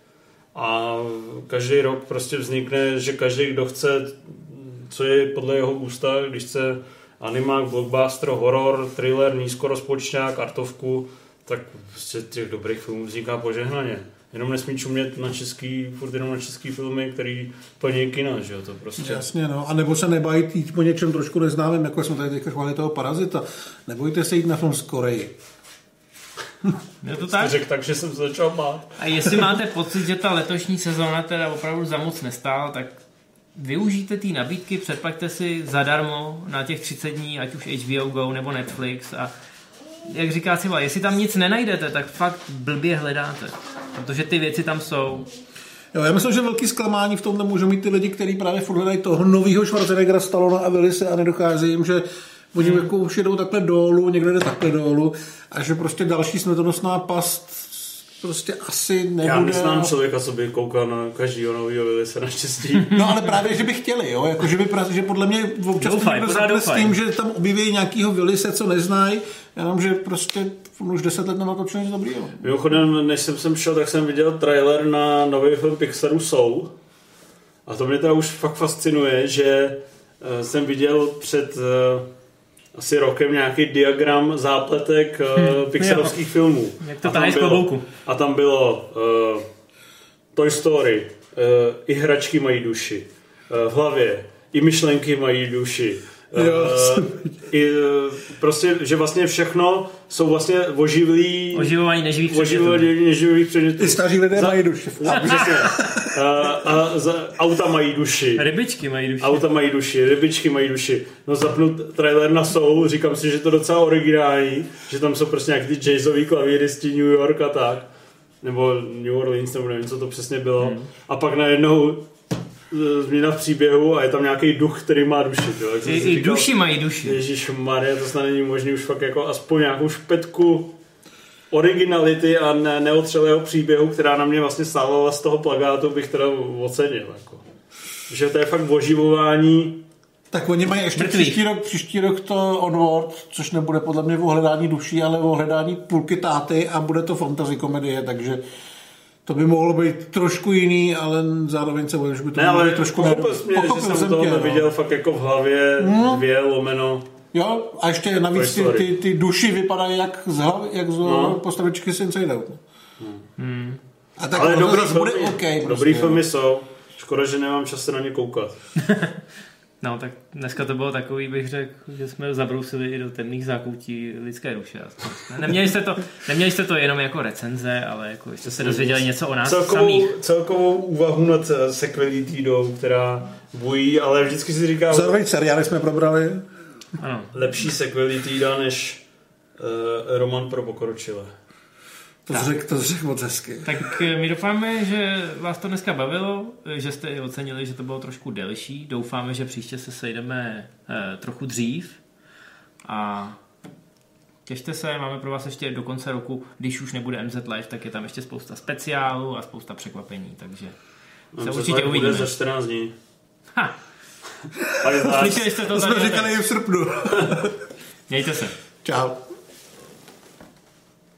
a každý rok prostě vznikne, že každý, kdo chce, co je podle jeho gusta, když chce animák, blockbuster, horor, thriller, nízkorozpočťák, artovku, tak prostě těch dobrých filmů vzniká požehnaně. Jenom nesmí čumět na český, furt jenom na český filmy, který plní kina, že jo, to prostě. Jasně, no. A nebo se nebojte jít po něčem trošku neznámým, jako jsme tady teďka chválili toho Parazita. Nebojte se jít na film z Koreji. Je to tak? Řekl tak, že jsem se začal bát. A jestli máte pocit, že ta letošní sezóna teda opravdu za moc nestála, tak využijte ty nabídky, předplaťte si zadarmo na těch 30 dní, ať už HBO Go nebo Netflix a jak říká Civa, jestli tam nic nenajdete, tak fakt blbě hledáte, protože ty věci tam jsou. Jo, já myslím, že velký zklamání v tomhle můžou mít ty lidi, kteří právě furt hledají toho novýho Schwarzeneggera, Stallona a Willise a nedochází jim, že oni jako už jedou takhle dolů, někde jde takhle dolů a že prostě další smrtonosná past prostě asi nebude. Já neznám člověka, co by koukal na každýho novýho Willise naštěstí. No ale právě, že by chtěli, jo, jako, že podle mě občas s tím, že tam objeví nějakýho Willise, co neznají, jenom, že prostě už 10 let nenatočil nic dobrýho. Mimochodem, než jsem sem šel, tak jsem viděl trailer na nový film Pixaru Soul a to mě teda už fakt fascinuje, že jsem viděl před asi rokem nějaký diagram zápletek pixarovských filmů. Jak to tady z klobouku. A tam bylo Toy Story, i hračky mají duši, v hlavě, i myšlenky mají duši. Prostě, že vlastně všechno jsou vlastně oživování neživých předmětů. I staří lidé mají duši. Auta mají duši. Rybičky mají duši. Rybičky mají duši. No zapnu trailer na Soul, říkám si, že to docela originální, že tam jsou prostě nějaký ty jazzový klavíristi New York a tak. Nebo New Orleans, nebo nevím, co to přesně bylo. A pak najednou změna v příběhu a je tam nějaký duch, který má duši. I duši mají duši. Ježišmarja, to snad není možný už fakt jako aspoň nějakou špetku originality a neotřelého příběhu, která na mě vlastně stávala z toho plakátu, bych teda ocenil. Jako. Že to je fakt oživování. Tak oni mají ještě příští rok to Onward, což nebude podle mě o hledání duší, ale o hledání půlky táty a bude to fantasy komedie, takže to by mohlo být trošku jiný, ale zároveň se bojím, že by to bylo trošku pochopil jsem to neviděl fakt jako v hlavě 2 Jo, a ještě navíc ty duši vypadají jak z hlavy, jak z postavičky z Inside Out. A tak ale dobrý filmy jsou. Škoda, že nemám čas se na ně koukat. No, tak dneska to bylo takový, bych řekl, že jsme zabrousili i do temných zákoutí lidské duše. Neměli jste to jenom jako recenze, ale jako jste se dozvěděli něco o nás samých. Celkovou úvahu nad sequelitidou, která bují, ale vždycky si říkám... Zároveň seriály jsme probrali. Ano. Lepší sequelitida než Roman pro pokročilé. To řekl moc hezky. Tak my doufáme, že vás to dneska bavilo, že jste i ocenili, že to bylo trošku delší. Doufáme, že příště se sejdeme trochu dřív. A těšte se, máme pro vás ještě do konce roku, když už nebude MZ Live, tak je tam ještě spousta speciálů a spousta překvapení, takže se určitě uvidíme. Bude za 14 dní. Ha! Slyšeli jste to? To jsme říkali i v srpnu. Mějte se. Čau.